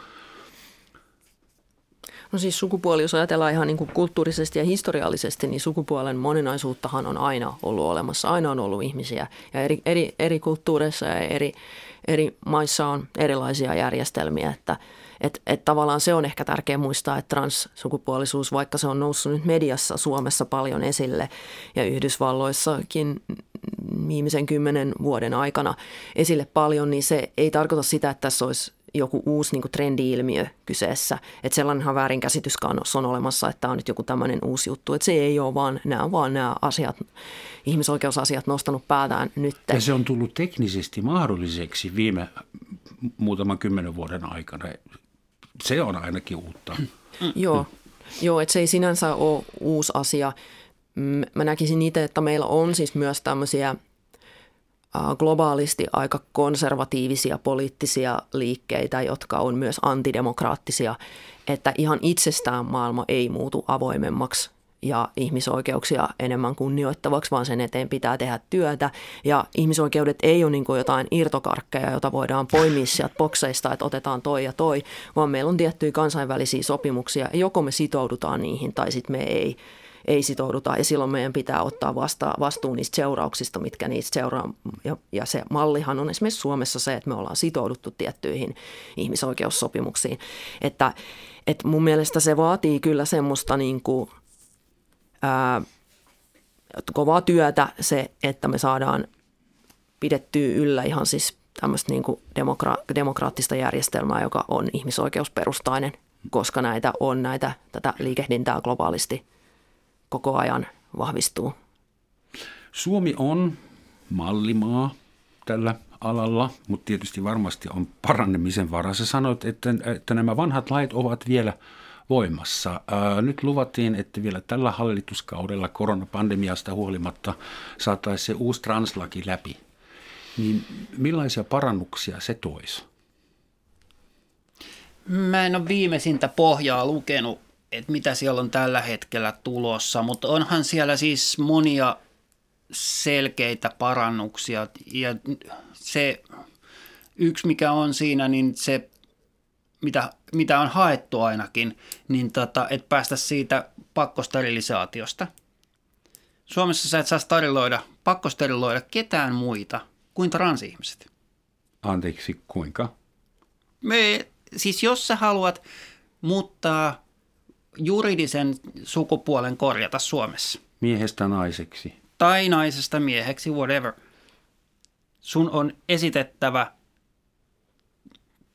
No siis sukupuoli, jos ajatellaan ihan niin kuin kulttuurisesti ja historiallisesti, niin sukupuolen moninaisuuttahan on aina ollut olemassa. Aina on ollut ihmisiä ja eri, eri, eri kulttuureissa ja eri, eri maissa on erilaisia järjestelmiä, että et, et tavallaan se on ehkä tärkeää muistaa, että transsukupuolisuus, vaikka se on noussut nyt mediassa Suomessa paljon esille ja Yhdysvalloissakin viimeisen kymmenen vuoden aikana esille paljon, niin se ei tarkoita sitä, että tässä olisi joku uusi niin kuin trendi-ilmiö kyseessä. Että sellainenhan väärinkäsityskaan on olemassa, että tämä on nyt joku tämmöinen uusi juttu. Että se ei ole vaan nämä, vaan nämä asiat, ihmisoikeusasiat nostanut päätään nyt. Ja se on tullut teknisesti mahdolliseksi viime muutaman kymmenen vuoden aikana. Se on ainakin uutta. Mm. Joo, Joo että se ei sinänsä ole uusi asia. Mä näkisin itse, että meillä on siis myös tämmöisiä globaalisti aika konservatiivisia poliittisia liikkeitä, jotka on myös antidemokraattisia, että ihan itsestään maailma ei muutu avoimemmaksi ja ihmisoikeuksia enemmän kunnioittavaksi, vaan sen eteen pitää tehdä työtä. Ja ihmisoikeudet ei ole niin kuin jotain irtokarkkeja, jota voidaan poimia sieltä bokseista, että otetaan toi ja toi, vaan meillä on tiettyjä kansainvälisiä sopimuksia, ja joko me sitoudutaan niihin tai sitten me ei. ei sitouduta ja silloin meidän pitää ottaa vasta, vastuun niistä seurauksista, mitkä niistä seuraa. Ja, ja se mallihan on esimerkiksi Suomessa se, että me ollaan sitouduttu tiettyihin ihmisoikeussopimuksiin. Että, että mun mielestä se vaatii kyllä semmoista niin kuin, ää, kovaa työtä se, että me saadaan pidettyä yllä ihan siis tämmöistä niin kuin demokra- demokraattista järjestelmää, joka on ihmisoikeusperustainen, koska näitä on näitä tätä liikehdintää globaalisti koko ajan vahvistuu. Suomi on mallimaa tällä alalla, mutta tietysti varmasti on parannemisen varaa. Sä sanoit, että, että nämä vanhat lait ovat vielä voimassa. Ää, nyt luvattiin, että vielä tällä hallituskaudella koronapandemiasta huolimatta saataisiin se uusi translaki läpi. Niin millaisia parannuksia se toisi? Mä en ole viimeisintä pohjaa lukenut, että mitä siellä on tällä hetkellä tulossa, mutta onhan siellä siis monia selkeitä parannuksia. Ja se yksi, mikä on siinä, niin se, mitä, mitä on haettu ainakin, niin tota, että päästä siitä pakkosterilisaatiosta. Suomessa sä et saa steriloida, pakkosteriloida ketään muita kuin transihmiset. Anteeksi, kuinka? Me, siis jos sä haluat muuttaa juridisen sukupuolen korjata Suomessa. Miehestä naiseksi. Tai naisesta mieheksi, whatever. Sun on esitettävä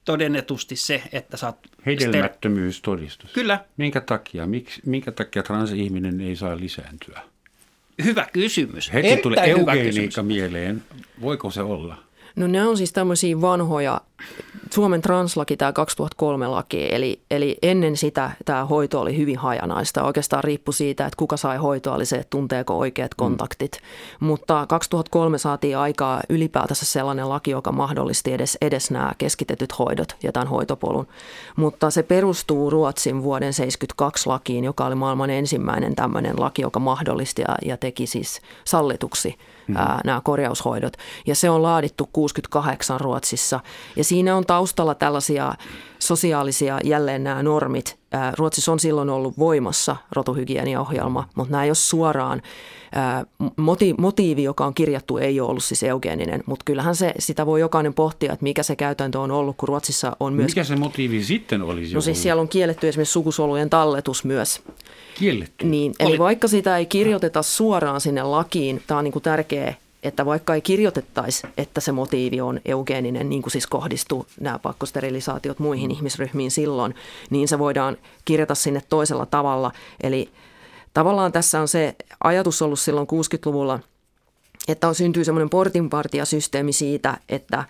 todennetusti se, että sä oot... Hedelmättömyystodistus. Kyllä. Minkä takia? Miks, minkä takia transihminen ei saa lisääntyä? Hyvä kysymys. Heti Erittäin tulee hyvä eugeniikka kysymys. mieleen. Voiko se olla? No ne on siis tämmöisiä vanhoja, Suomen translaki, tämä kaksituhattakolme laki, eli, eli ennen sitä tämä hoito oli hyvin hajanaista. Oikeastaan riippui siitä, että kuka sai hoitoa, oli se, että tunteeko oikeat kontaktit. Mm. Mutta kaksituhattakolme saatiin aikaa ylipäätänsä sellainen laki, joka mahdollisti edes, edes nämä keskitetyt hoidot ja tämän hoitopolun. Mutta se perustuu Ruotsin vuoden seitsemänkymmentäkaksi lakiin, joka oli maailman ensimmäinen tämmöinen laki, joka mahdollisti ja, ja teki siis sallituksi mm. ää, nämä korjaushoidot. Ja se on laadittu kuusikymmentäkahdeksan Ruotsissa. Ja siinä on taustalla tällaisia sosiaalisia, jälleen nämä normit. Ää, Ruotsissa on silloin ollut voimassa rotuhygieniaohjelma, mutta nämä ei ole suoraan. Ää, moti, motiivi, joka on kirjattu, ei ole ollut siis eugeeninen, mutta kyllähän se, sitä voi jokainen pohtia, että mikä se käytäntö on ollut, kun Ruotsissa on myös... Mikä se motiivi sitten olisi? No siis ollut? Siellä on kielletty esimerkiksi sukusolujen talletus myös. Kielletty? Niin, eli vaikka sitä ei kirjoiteta suoraan sinne lakiin, tämä on niin kuin tärkeä, että vaikka ei kirjoitettaisi, että se motiivi on eugeeninen, niin kuin siis kohdistuu nämä pakkosterilisaatiot muihin mm. ihmisryhmiin silloin, niin se voidaan kirjata sinne toisella tavalla. Eli tavallaan tässä on se ajatus ollut silloin kuusikymmentäluvulla, että on syntyy semmoinen portinvartijasysteemi siitä, että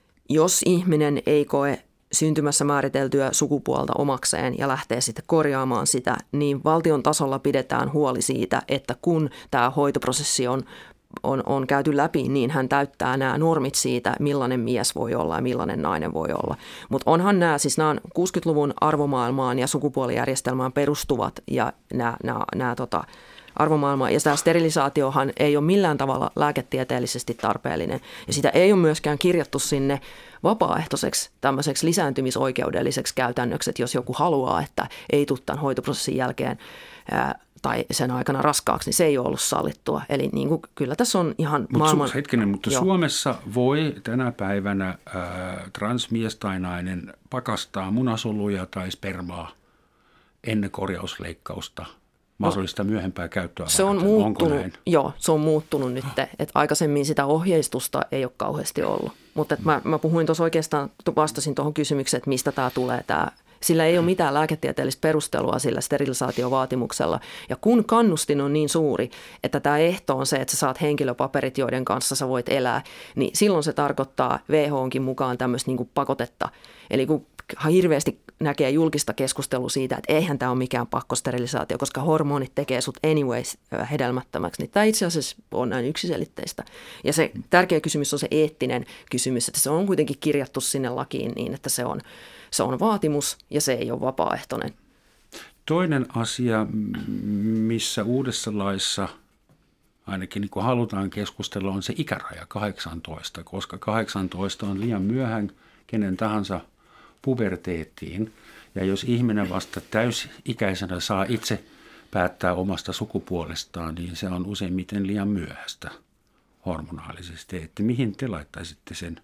jos ihminen ei koe syntymässä määriteltyä sukupuolta omakseen ja lähtee sitten korjaamaan sitä, niin valtion tasolla pidetään huoli siitä, että kun tämä hoitoprosessi on On, on käyty läpi, niin hän täyttää nämä normit siitä, millainen mies voi olla ja millainen nainen voi olla. Mutta onhan nämä, siis nämä on kuusikymmentäluvun arvomaailmaan ja sukupuolijärjestelmään perustuvat ja nämä, nämä, nämä tota, arvomaailma. Ja tämä sterilisaatiohan ei ole millään tavalla lääketieteellisesti tarpeellinen. Ja sitä ei ole myöskään kirjattu sinne vapaaehtoiseksi tämmöiseksi lisääntymisoikeudelliseksi käytännöksi, että jos joku haluaa, että ei tule tämän hoitoprosessin jälkeen ää, tai sen aikana raskaaksi, niin se ei ole ollut sallittua. Eli niin kuin, kyllä tässä on ihan Mut maailman... Su- hetkinen, mutta Joo. Suomessa voi tänä päivänä ää, transmies tai nainen pakastaa munasoluja tai spermaa ennen korjausleikkausta, mahdollista myöhempää käyttöä se on varten. muuttunut, joo, se on muuttunut nyt, että aikaisemmin sitä ohjeistusta ei ole kauheasti ollut. Mutta mä, mä puhuin tuossa oikeastaan, vastasin tuohon kysymykseen, että mistä tämä tulee tämä. Sillä ei ole mitään lääketieteellistä perustelua sillä sterilisaatiovaatimuksella. Ja kun kannustin on niin suuri, että tämä ehto on se, että sä saat henkilöpaperit, joiden kanssa sä voit elää, niin silloin se tarkoittaa W H O:nkin mukaan tämmöistä niin kuin pakotetta. Eli kun hirveästi näkee julkista keskustelua siitä, että eihän tämä ole mikään pakkosterilisaatio, koska hormonit tekee sut anyways hedelmättömäksi, niin tämä itse asiassa on näin yksiselitteistä. Ja se tärkeä kysymys on se eettinen kysymys, että se on kuitenkin kirjattu sinne lakiin niin, että se on Se on vaatimus ja se ei ole vapaaehtoinen. Toinen asia, missä uudessa laissa ainakin niin kuin halutaan keskustella, on se ikäraja kahdeksantoista, koska kahdeksantoista on liian myöhään kenen tahansa puberteettiin. Ja jos ihminen vasta täysikäisenä saa itse päättää omasta sukupuolestaan, niin se on useimmiten liian myöhäistä hormonaalisesti. Että mihin te laittaisitte sen,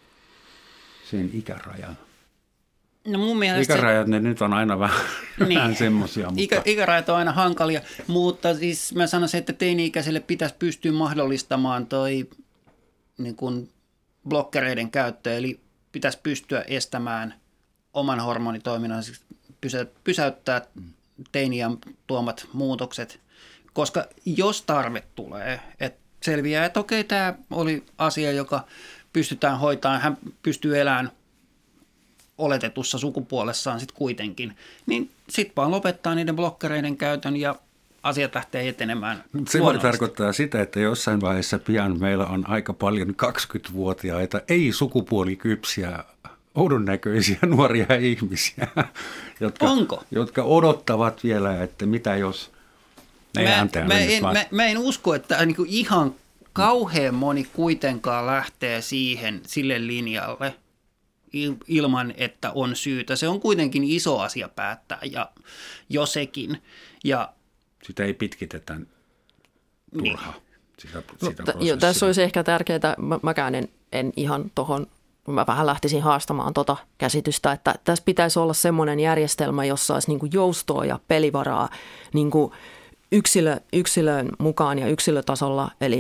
sen ikärajan? No mun mielestä Ikärajat, ne nyt on aina vähän, niin, vähän semmoisia. Mutta... Ikä, ikärajat on aina hankalia, mutta siis mä sanoisin, että teini-ikäiselle pitäisi pystyä mahdollistamaan toi niin kuin blokkereiden käyttö, eli pitäisi pystyä estämään oman hormonitoiminnan, siis pysäyttää teiniän tuomat muutokset, koska jos tarve tulee, että selviää, että okei, tämä oli asia, joka pystytään hoitamaan, hän pystyy elämään oletetussa sukupuolessaan sitten kuitenkin, niin sitten vaan lopettaa niiden blokkereiden käytön ja asiat lähtee etenemään. Se voi tarkoittaa sitä, että jossain vaiheessa pian meillä on aika paljon kaksikymmentävuotiaita, ei sukupuolikypsiä, oudon näköisiä nuoria ihmisiä, jotka, Onko? jotka odottavat vielä, että mitä jos... Mä, mä, en, vaan... mä, mä en usko, että niin kuin ihan kauhean moni kuitenkaan lähtee siihen sille linjalle ilman, että on syytä. Se on kuitenkin iso asia päättää, ja jo sekin. Ja, sitä ei pitkitetä turhaan. Niin. Sitä, sitä no, jo, tässä olisi ehkä tärkeää, mä, mäkään en, en ihan tuohon, mä vähän lähtisin haastamaan tota käsitystä, että tässä pitäisi olla semmoinen järjestelmä, jossa olisi niin kuin joustoa ja pelivaraa niin kuin yksilö, yksilön mukaan ja yksilötasolla, eli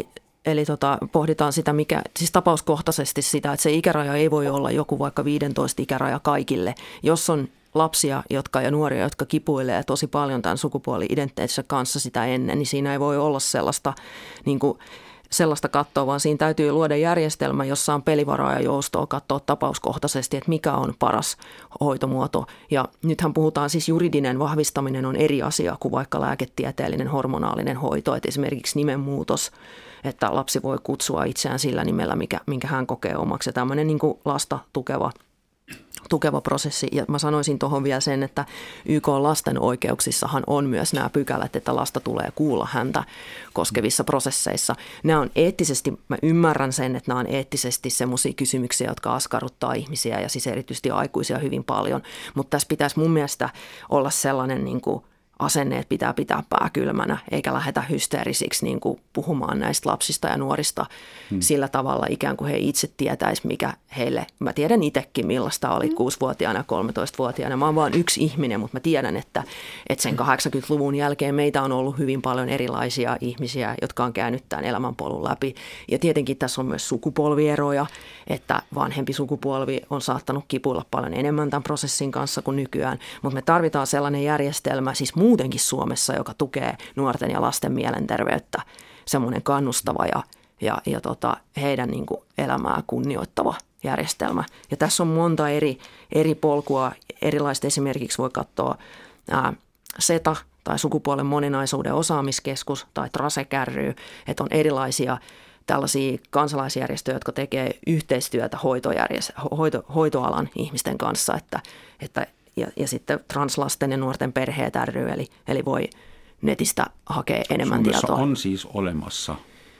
eli tota, pohditaan sitä, mikä, siis tapauskohtaisesti sitä, että se ikäraja ei voi olla joku vaikka viisitoista ikäraja kaikille. Jos on lapsia jotka, ja nuoria, jotka kipuilee tosi paljon tämän sukupuoli-identiteetissä kanssa sitä ennen, niin siinä ei voi olla sellaista, niin kuin, sellaista kattoa, vaan siinä täytyy luoda järjestelmä, jossa on pelivaraa ja joustoa katsoa tapauskohtaisesti, että mikä on paras hoitomuoto. Ja nythän puhutaan siis juridinen vahvistaminen on eri asia kuin vaikka lääketieteellinen hormonaalinen hoito, että esimerkiksi nimenmuutos, että lapsi voi kutsua itseään sillä nimellä, mikä, minkä hän kokee omaksi. Ja tämmöinen niin kuin lasta tukeva tukeva prosessi. Ja mä sanoisin tuohon vielä sen, että Y K:n lasten oikeuksissahan on myös nämä pykälät, että lasta tulee kuulla häntä koskevissa prosesseissa. Nämä on eettisesti, mä ymmärrän sen, että nämä on eettisesti semmoisia kysymyksiä, jotka askarruttaa ihmisiä ja siis erityisesti aikuisia hyvin paljon. Mutta tässä pitäisi mun mielestä olla sellainen niin kuin asenne, että pitää pitää pää kylmänä, eikä lähdetä hysteerisiksi niin kuin puhumaan näistä lapsista ja nuorista hmm. sillä tavalla ikään kuin he itse tietäisi, mikä heille, mä tiedän itsekin millaista oli kuusivuotiaana, kolmetoistavuotiaana. Mä oon vaan yksi ihminen, mutta mä tiedän, että, että sen kahdeksankymmentäluvun jälkeen meitä on ollut hyvin paljon erilaisia ihmisiä, jotka on käynyt tämän elämänpolun läpi. Ja tietenkin tässä on myös sukupolvieroja, että vanhempi sukupolvi on saattanut kipuilla paljon enemmän tämän prosessin kanssa kuin nykyään, mutta me tarvitaan sellainen järjestelmä, siis muutenkin Suomessa, joka tukee nuorten ja lasten mielenterveyttä, semmoinen kannustava ja, ja, ja tota, heidän niin kuin elämää kunnioittava järjestelmä. Ja tässä on monta eri, eri polkua. Erilaista esimerkiksi voi katsoa ää, SETA tai sukupuolen moninaisuuden osaamiskeskus tai TRASE ry, että on erilaisia tällaisia kansalaisjärjestöjä, jotka tekee yhteistyötä hoito, hoitoalan ihmisten kanssa, että, että Ja, ja sitten translasten ja nuorten perheet ry, eli, eli voi netistä hakea enemmän Suomessa tietoa. On siis olemassa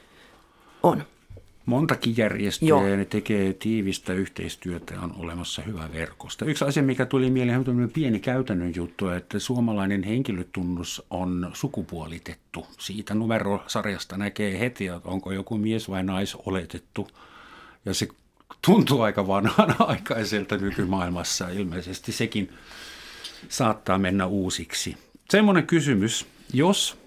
on montakin järjestöä Joo. ja ne tekee tiivistä yhteistyötä ja on olemassa hyvä verkosto. Yksi asia, mikä tuli mieleen, on pieni käytännön juttu, että suomalainen henkilötunnus on sukupuolitettu. Siitä numerosarjasta näkee heti, että onko joku mies vai nais oletettu ja se tuntuu aika vanhanaikaiselta nykymaailmassa. Ilmeisesti sekin saattaa mennä uusiksi. Semmoinen kysymys, jos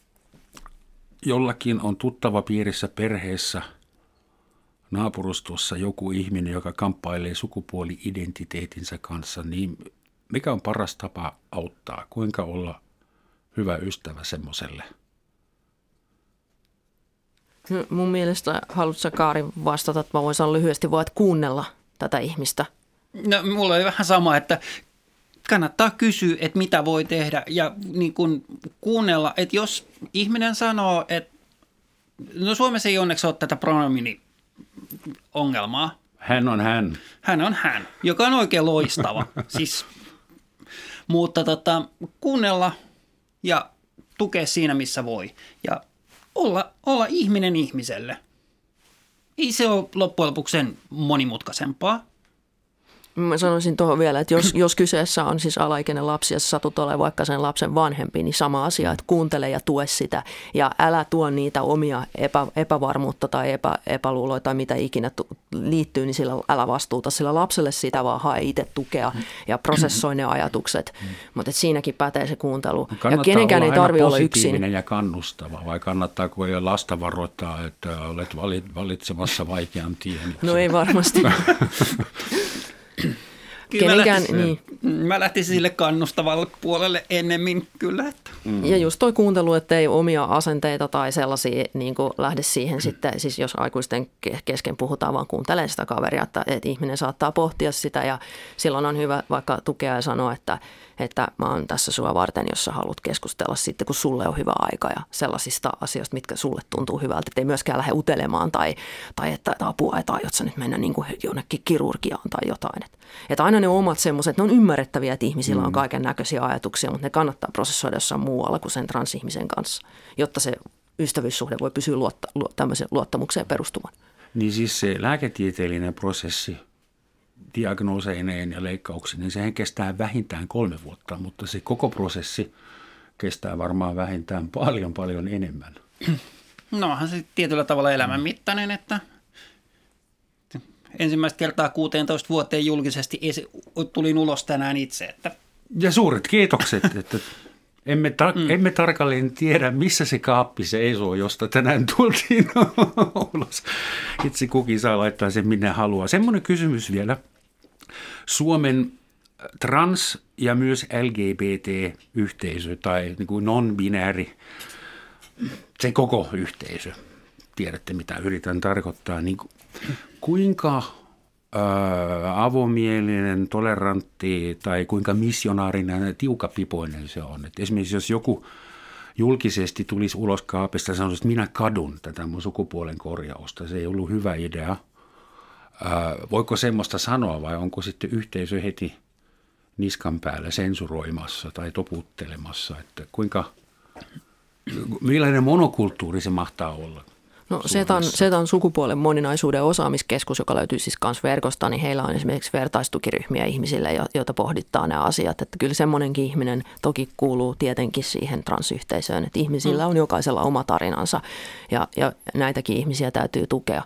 jollakin on tuttava piirissä perheessä, naapurustossa joku ihminen, joka kamppailee sukupuoli-identiteetinsä kanssa, niin mikä on paras tapa auttaa? Kuinka olla hyvä ystävä semmoiselle? Mun mielestä, haluatko Kaari vastata, että mä voin sanoa lyhyesti vaan, että kuunnella tätä ihmistä? No mulla oli vähän sama, että kannattaa kysyä, että mitä voi tehdä ja niin kun kuunnella, että jos ihminen sanoo, että no Suomessa ei onneksi ole tätä pronomini-ongelmaa. Hän on hän. Hän on hän, joka on oikein loistava. siis, mutta tota, kuunnella ja tukea siinä, missä voi ja Olla, olla ihminen ihmiselle. Ei se ole loppujen lopuksi sen monimutkaisempaa. Mä sanoisin tuohon vielä, että jos, jos kyseessä on siis alaikäinen lapsi ja sä satut olemaan vaikka sen lapsen vanhempi, niin sama asia, että kuuntele ja tue sitä. Ja älä tuo niitä omia epä, epävarmuutta tai epä, epäluuloja tai mitä ikinä tu- liittyy, niin sillä älä vastuuta. Sillä lapselle sitä vaan hae itse tukea ja prosessoi ne ajatukset. Mutta siinäkin pätee se kuuntelu. Kannattaa ja kenenkään ei tarvitse olla yksin. Ja kannustava, vai kannattaako jo lasta varoittaa, että olet valitsemassa vaikean tien? No ei varmasti. Kyllä Kenenkään, mä, lähtisin, niin. mä lähtisin sille kannustavalle puolelle ennemmin kyllä. Että. Mm. Ja just toi kuuntelu, että ei omia asenteita tai sellaisia niin kuin lähde siihen sitten, siis jos aikuisten kesken puhutaan, vaan kuuntelee sitä kaveria, että, että ihminen saattaa pohtia sitä ja silloin on hyvä vaikka tukea ja sanoa, että, että mä oon tässä sua varten, jos sä haluat keskustella sitten, kun sulle on hyvä aika ja sellaisista asioista, mitkä sulle tuntuu hyvältä, että ei myöskään lähde utelemaan tai, tai että apua, että aiot sä nyt mennä niin kuin jonnekin kirurgiaan tai jotain. Että, että aina ne omat semmoiset, ne on ymmärrettäviä, että ihmisillä on kaiken näköisiä ajatuksia, mutta ne kannattaa prosessoida jossain muualla kuin sen transihmisen kanssa, jotta se ystävyyssuhde voi pysyä luotta, lu, tämmöiseen luottamukseen perustuvan. Niin siis se lääketieteellinen prosessi diagnooseineen ja leikkauksineen, niin sehän kestää vähintään kolme vuotta, mutta se koko prosessi kestää varmaan vähintään paljon paljon enemmän. No onhan se tietyllä tavalla elämänmittainen, että ensimmäistä kertaa kuusitoista vuoteen julkisesti tulin ulos tänään itse. Että. Ja suuret kiitokset, että Emme, ta- mm. emme tarkalleen tiedä, missä se kaappi seisoo, josta tänään tultiin ulos. Itse kukin saa laittaa sen minne haluaa. Semmoinen kysymys vielä. Suomen trans- ja myös L G B T-yhteisö tai niin kuin non-binääri, se koko yhteisö, tiedätte mitä yritän tarkoittaa, niin kuinka ää, avomielinen, tolerantti tai kuinka missionaarinen ja tiukapipoinen se on. Et esimerkiksi jos joku julkisesti tulisi ulos kaapista ja sanoisi, että minä kadun tätä mun sukupuolen korjausta, se ei ollut hyvä idea. Ää, voiko semmoista sanoa vai onko sitten yhteisö heti niskan päällä sensuroimassa tai toputtelemassa, että kuinka, millainen monokulttuuri se mahtaa olla? No Setan, Setan sukupuolen moninaisuuden osaamiskeskus, joka löytyy siis myös verkosta, niin heillä on esimerkiksi vertaistukiryhmiä ihmisille, joita pohdittaa nämä asiat. Että kyllä semmoinenkin ihminen toki kuuluu tietenkin siihen transyhteisöön, että ihmisillä on jokaisella oma tarinansa ja, ja näitäkin ihmisiä täytyy tukea.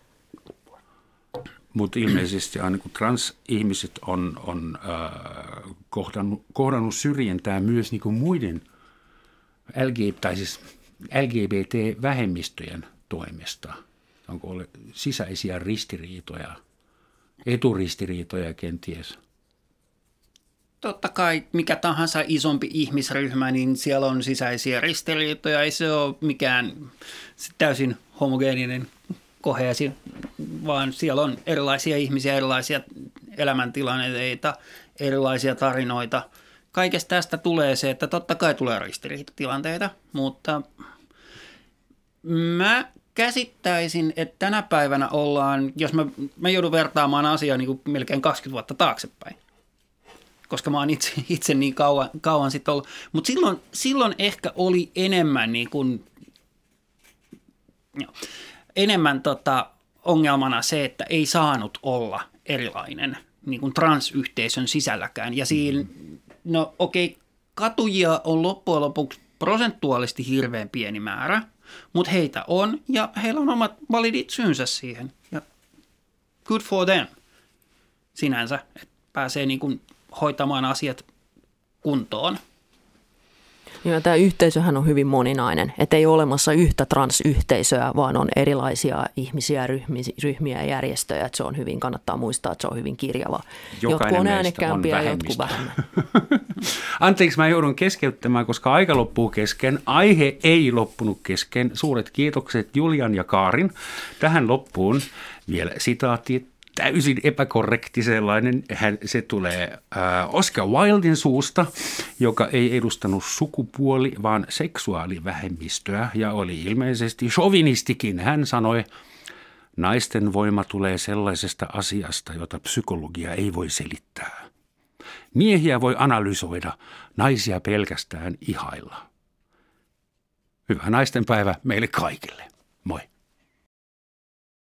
Mutta ilmeisesti aina kun transihmiset on, on äh, kohdannut, kohdannut syrjintää myös niin kuin muiden L G, tai siis L G B T-vähemmistöjen toimesta. Onko ollut sisäisiä ristiriitoja, eturistiriitoja kenties? Totta kai mikä tahansa isompi ihmisryhmä, niin siellä on sisäisiä ristiriitoja. Ei se ole mikään täysin homogeeninen koheesi, vaan siellä on erilaisia ihmisiä, erilaisia elämäntilanteita, erilaisia tarinoita. Kaikesta tästä tulee se, että totta kai tulee ristiriitatilanteita, mutta mä käsittäisin, että tänä päivänä ollaan, jos mä, mä joudun vertaamaan asiaa niin kuin melkein kaksikymmentä vuotta taaksepäin, koska mä oon itse, itse niin kauan, kauan sitten ollut, mutta silloin, silloin ehkä oli enemmän niin kuin, jo, enemmän tota ongelmana se, että ei saanut olla erilainen niin kuin transyhteisön sisälläkään. Ja siinä, no okei, okay, katujia on loppujen lopuksi prosentuaalisesti hirveän pieni määrä, mutta heitä on ja heillä on omat validit syynsä siihen. Ja good for them sinänsä, että pääsee niin kuin hoitamaan asiat kuntoon. Joo, tämä yhteisöhän on hyvin moninainen, että ei ole olemassa yhtä transyhteisöä, vaan on erilaisia ihmisiä, ryhmiä ja järjestöjä. Että se on hyvin, kannattaa muistaa, että se on hyvin kirjava. Jokainen jotkut on äänekkäämpiä ja jotkut vähemmän. Anteeksi, mä joudun keskeyttämään, koska aika loppuu kesken. Aihe ei loppunut kesken. Suuret kiitokset Julian ja Kaarin. Tähän loppuun vielä sitaatti. Täysin epäkorrekti sellainen. Hän, se tulee äh, Oscar Wilden suusta, joka ei edustanut sukupuoli, vaan seksuaalivähemmistöä ja oli ilmeisesti chauvinistikin. Hän sanoi, naisten voima tulee sellaisesta asiasta, jota psykologia ei voi selittää. Miehiä voi analysoida, naisia pelkästään ihailla. Hyvää naistenpäivä meille kaikille. Moi.